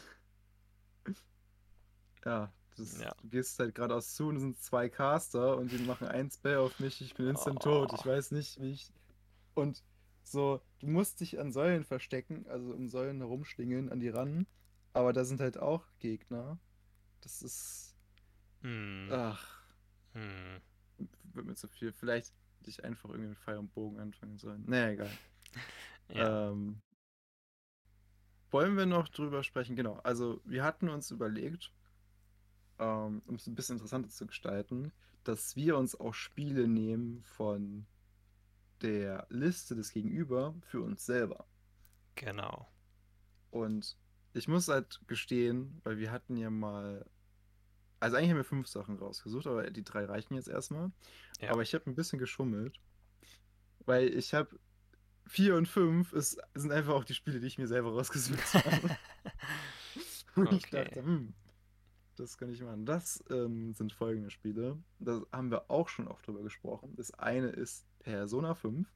ja, das, ja. du gehst halt geradeaus zu und es sind zwei Caster und die machen ein Spell auf mich. Ich bin instant tot. Oh. Ich weiß nicht, wie ich. Und so, du musst dich an Säulen verstecken, also um Säulen herumschlingeln, an die ran. Aber da sind halt auch Gegner. Das ist. Hm, Ach, hm. wird mir zu viel. Vielleicht hätte ich einfach irgendwie mit Pfeil und Bogen anfangen sollen. Naja, egal. Ja, Ähm. Wollen wir noch drüber sprechen? Genau. Also, wir hatten uns überlegt, ähm, um es ein bisschen interessanter zu gestalten, dass wir uns auch Spiele nehmen von der Liste des Gegenüber für uns selber. genau. Und ich muss halt gestehen, weil wir hatten ja mal, also eigentlich haben wir fünf Sachen rausgesucht, aber die drei reichen jetzt erstmal. Ja, Aber ich habe ein bisschen geschummelt, weil ich habe vier und fünf ist, sind einfach auch die Spiele, die ich mir selber rausgesucht habe. Und ich okay. dachte, hm, das kann ich machen. Das ähm, sind folgende Spiele. Da haben wir auch schon oft drüber gesprochen. Das eine ist Persona fünf.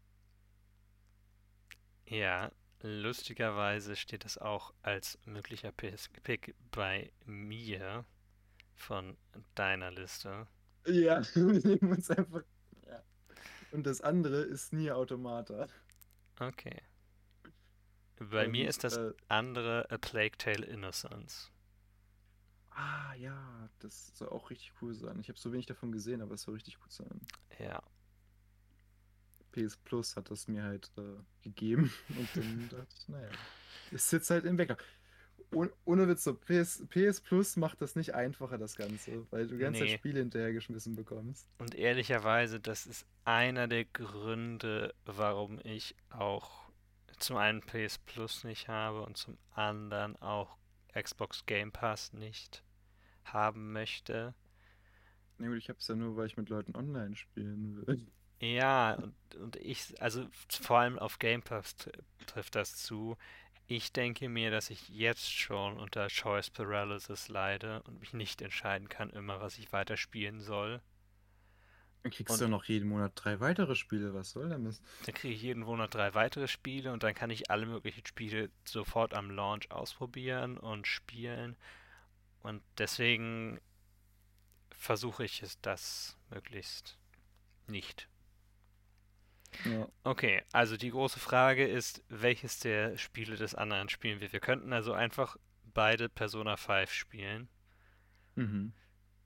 Ja, lustigerweise steht es auch als möglicher Pis- Pick bei mir von deiner Liste. Ja, wir nehmen uns einfach. Ja. Und das andere ist Nier Automata. Okay. Bei mir Und ist das äh, andere A Plague Tale Innocence. ah ja, das soll auch richtig cool sein. Ich habe so wenig davon gesehen, aber es soll richtig gut sein. Ja, P S Plus hat das mir halt äh, gegeben und dann dachte ich, naja, es sitzt halt im Backlog. Oh, ohne Witz, so P S, P S Plus macht das nicht einfacher, das Ganze, weil du die ganze Zeit nee. Spiele hinterhergeschmissen bekommst. Und ehrlicherweise, das ist einer der Gründe, warum ich auch zum einen P S Plus nicht habe und zum anderen auch Xbox Game Pass nicht haben möchte. Na gut, ich hab's ja nur, weil ich mit Leuten online spielen will. Ja, und, und ich, also vor allem auf Game Pass tr- trifft das zu. Ich denke mir, dass ich jetzt schon unter Choice Paralysis leide und mich nicht entscheiden kann, immer was ich weiterspielen soll. Dann kriegst du Und ja noch jeden Monat drei weitere Spiele, was soll damit? dann kriege ich jeden Monat drei weitere Spiele und dann kann ich alle möglichen Spiele sofort am Launch ausprobieren und spielen. Und deswegen versuche ich es das möglichst nicht. Ja. Okay, also die große Frage ist, welches der Spiele des anderen spielen wir? Wir könnten also einfach beide Persona fünf spielen. Mhm.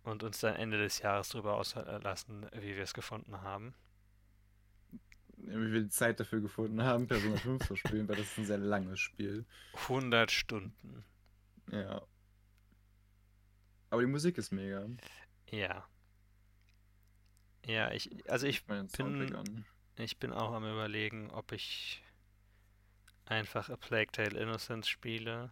und uns dann Ende des Jahres darüber auslassen, wie wir es gefunden haben. Wie wir die Zeit dafür gefunden haben, Persona fünf zu spielen, weil das ist ein sehr langes Spiel. hundert Stunden. Ja. Aber die Musik ist mega. Ja. Ja, ich, also ich Ich meine den Soundtrack bin, an. ich bin auch am Überlegen, ob ich einfach A Plague Tale Innocence spiele.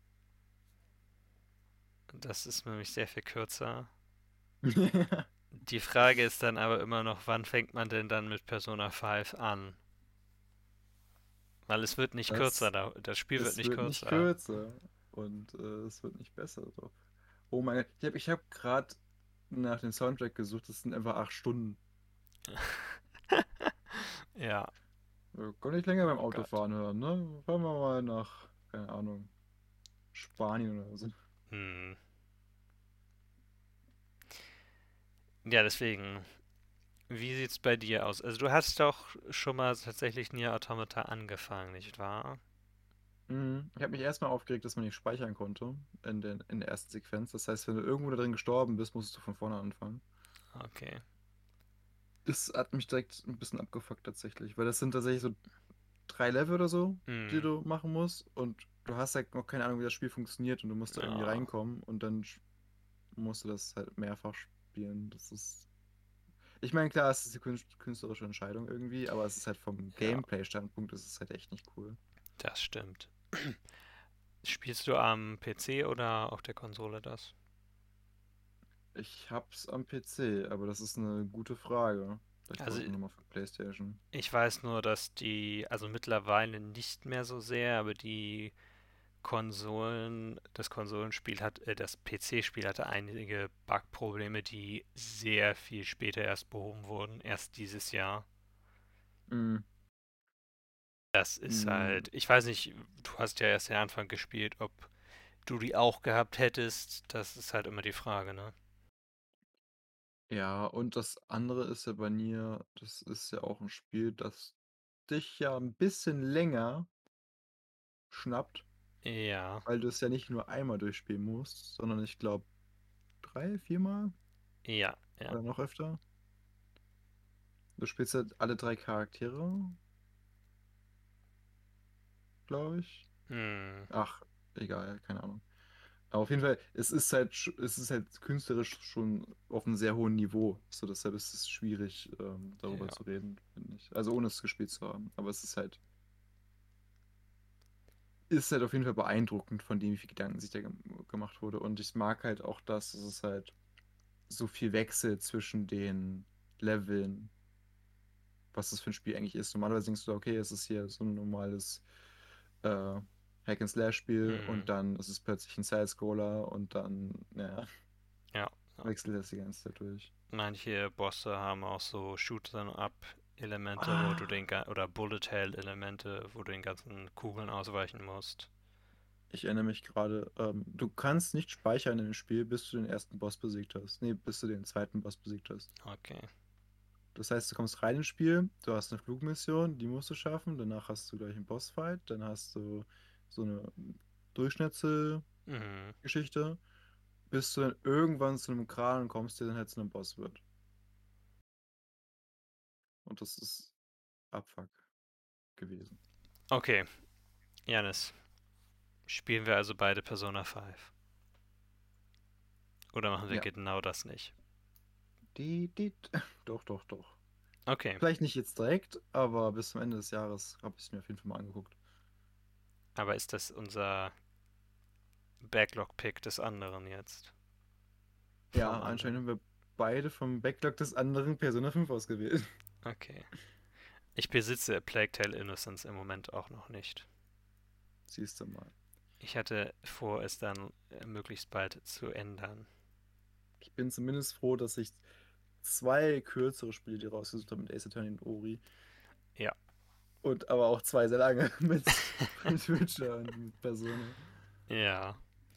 Das ist nämlich sehr viel kürzer. Die Frage ist dann aber immer noch, wann fängt man denn dann mit Persona fünf an? Weil es wird nicht kürzer, Das, da- das Spiel wird es nicht wird nicht kürzer. kürzer und äh, es wird nicht besser. Doch. Oh mein Gott, ich habe ich hab gerade nach dem Soundtrack gesucht, das sind einfach acht Stunden. Ja, Wir können nicht länger beim oh Gott. Autofahren hören, ne? Fahren wir mal nach, keine Ahnung, Spanien oder so. Hm. Ja, deswegen, wie sieht's bei dir aus? Also du hast doch schon mal tatsächlich Nier Automata angefangen, nicht wahr? Mhm. Ich habe mich erstmal aufgeregt, dass man nicht speichern konnte in, den, in der ersten Sequenz. Das heißt, wenn du irgendwo da drin gestorben bist, musstest du von vorne anfangen. Okay. Das hat mich direkt ein bisschen abgefuckt tatsächlich, weil das sind tatsächlich so drei Level oder so, die Hm. du machen musst und du hast halt noch keine Ahnung, wie das Spiel funktioniert und du musst da irgendwie Ja, reinkommen und dann sch- musst du das halt mehrfach spielen. Das ist. Ich meine, klar, es ist eine künst- künstlerische Entscheidung irgendwie, aber es ist halt vom ja, Gameplay-Standpunkt ist es halt echt nicht cool. das stimmt. Spielst du am P C oder auf der Konsole das? Ich hab's am P C, aber das ist eine gute Frage. Vielleicht brauche Also ich nochmal für PlayStation. ich weiß nur, dass die, also mittlerweile nicht mehr so sehr, aber die Konsolen, das Konsolenspiel hat, äh, das P C-Spiel hatte einige Bugprobleme, die sehr viel später erst behoben wurden, erst dieses Jahr. Mm, Das ist mm, halt, ich weiß nicht, du hast ja erst den Anfang gespielt, ob du die auch gehabt hättest, das ist halt immer die Frage, ne? ja, und das andere ist ja bei Nier, das ist ja auch ein Spiel, das dich ja ein bisschen länger schnappt, Ja, weil du es ja nicht nur einmal durchspielen musst, sondern ich glaube drei, viermal ja, ja. oder noch öfter. Du spielst ja alle drei Charaktere, glaube ich. Hm, Ach, egal, keine Ahnung. Aber auf jeden Fall, es ist halt, sch- es ist halt künstlerisch schon auf einem sehr hohen Niveau. So, deshalb ist es schwierig, ähm, darüber ja, zu reden, finde ich. Also ohne es gespielt zu haben. Aber es ist halt, ist halt auf jeden Fall beeindruckend von dem, wie viel Gedanken sich da gem gemacht wurde. Und ich mag halt auch das, dass es halt so viel Wechsel zwischen den Leveln, was das für ein Spiel eigentlich ist. Normalerweise denkst du, okay, es ist hier so ein normales äh, Hack-and-Slash-Spiel hm, und dann ist es plötzlich ein Side-Scroller und dann, ja, ja, ja. wechselt das die ganze Zeit durch. Manche Bosse haben auch so Shoot-'em-up-Elemente, wo du Ah, den, ga- oder Bullet-Hell-Elemente, wo du den ganzen Kugeln ausweichen musst. ich erinnere mich gerade, ähm, du kannst nicht speichern in dem Spiel, bis du den ersten Boss besiegt hast. Nee, bis du den zweiten Boss besiegt hast. Okay. Das heißt, du kommst rein ins Spiel, du hast eine Flugmission, die musst du schaffen, danach hast du gleich einen Bossfight, dann hast du so eine Durchschnittsgeschichte, Mhm. bis du dann irgendwann zu einem Kran kommst, der dann halt zu einem Boss wird. Und das ist Abfuck gewesen. Okay, Janis, spielen wir also beide Persona fünf? Oder machen wir Ja. genau das nicht? Die, die, doch, doch, doch. Okay, Vielleicht nicht jetzt direkt, aber bis zum Ende des Jahres habe ich es mir auf jeden Fall mal angeguckt. aber ist das unser Backlog-Pick des anderen jetzt? Vom Ja, anscheinend anderen? haben wir beide vom Backlog des anderen Persona fünf ausgewählt. Okay. Ich besitze A Plague Tale Innocence im Moment auch noch nicht. Siehst du mal. Ich hatte vor, es dann äh, möglichst bald zu ändern. Ich bin zumindest froh, dass ich zwei kürzere Spiele, die rausgesucht habe mit Ace Attorney und Ori. Ja. Und aber auch zwei sehr lange mit, mit Witcher und mit Persona. Ja.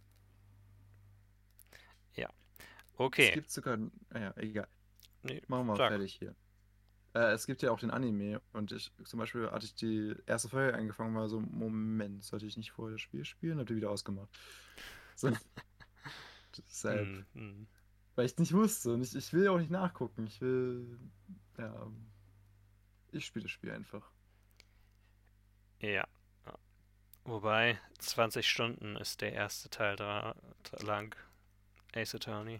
Ja. Es Okay. gibt sogar. Naja, egal. Nee, Machen wir mal sag. fertig hier. Äh, es gibt ja auch den Anime und ich, zum Beispiel, hatte ich die erste Folge angefangen, war so, Moment, sollte ich nicht vorher das Spiel spielen? Hab die wieder ausgemacht. So, deshalb, Hm, hm. Weil ich nicht wusste und ich, ich will auch nicht nachgucken. Ich will, ja, ich spiele das Spiel einfach. Ja. Wobei, zwanzig Stunden ist der erste Teil dra lang. Ace Attorney.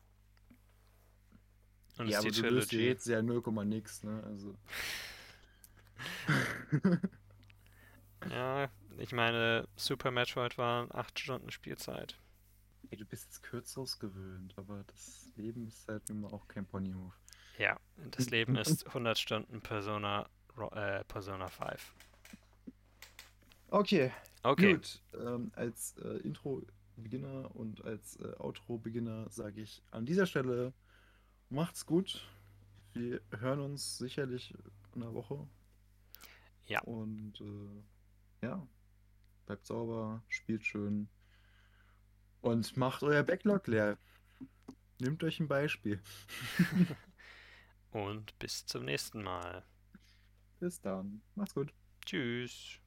Und Ja, ist die aber du löst die Trilogy. Rätsel ja null Komma nix, ne? Also. Ja, ich meine, Super Metroid waren acht Stunden Spielzeit. Ey, du bist jetzt Kürzeres gewöhnt, aber das Leben ist halt nun mal auch kein Ponyhof. Ja, das Leben ist hundert Stunden Persona, Ro- äh, Persona fünf. Okay, Okay, gut. Ähm, als äh, Intro-Beginner und als äh, Outro-Beginner sage ich an dieser Stelle, macht's gut. Wir hören uns sicherlich in einer Woche. ja, Und äh, ja, bleibt sauber, spielt schön und macht euer Backlog leer. Nehmt euch ein Beispiel. und bis zum nächsten Mal. Bis dann. Macht's gut. Tschüss.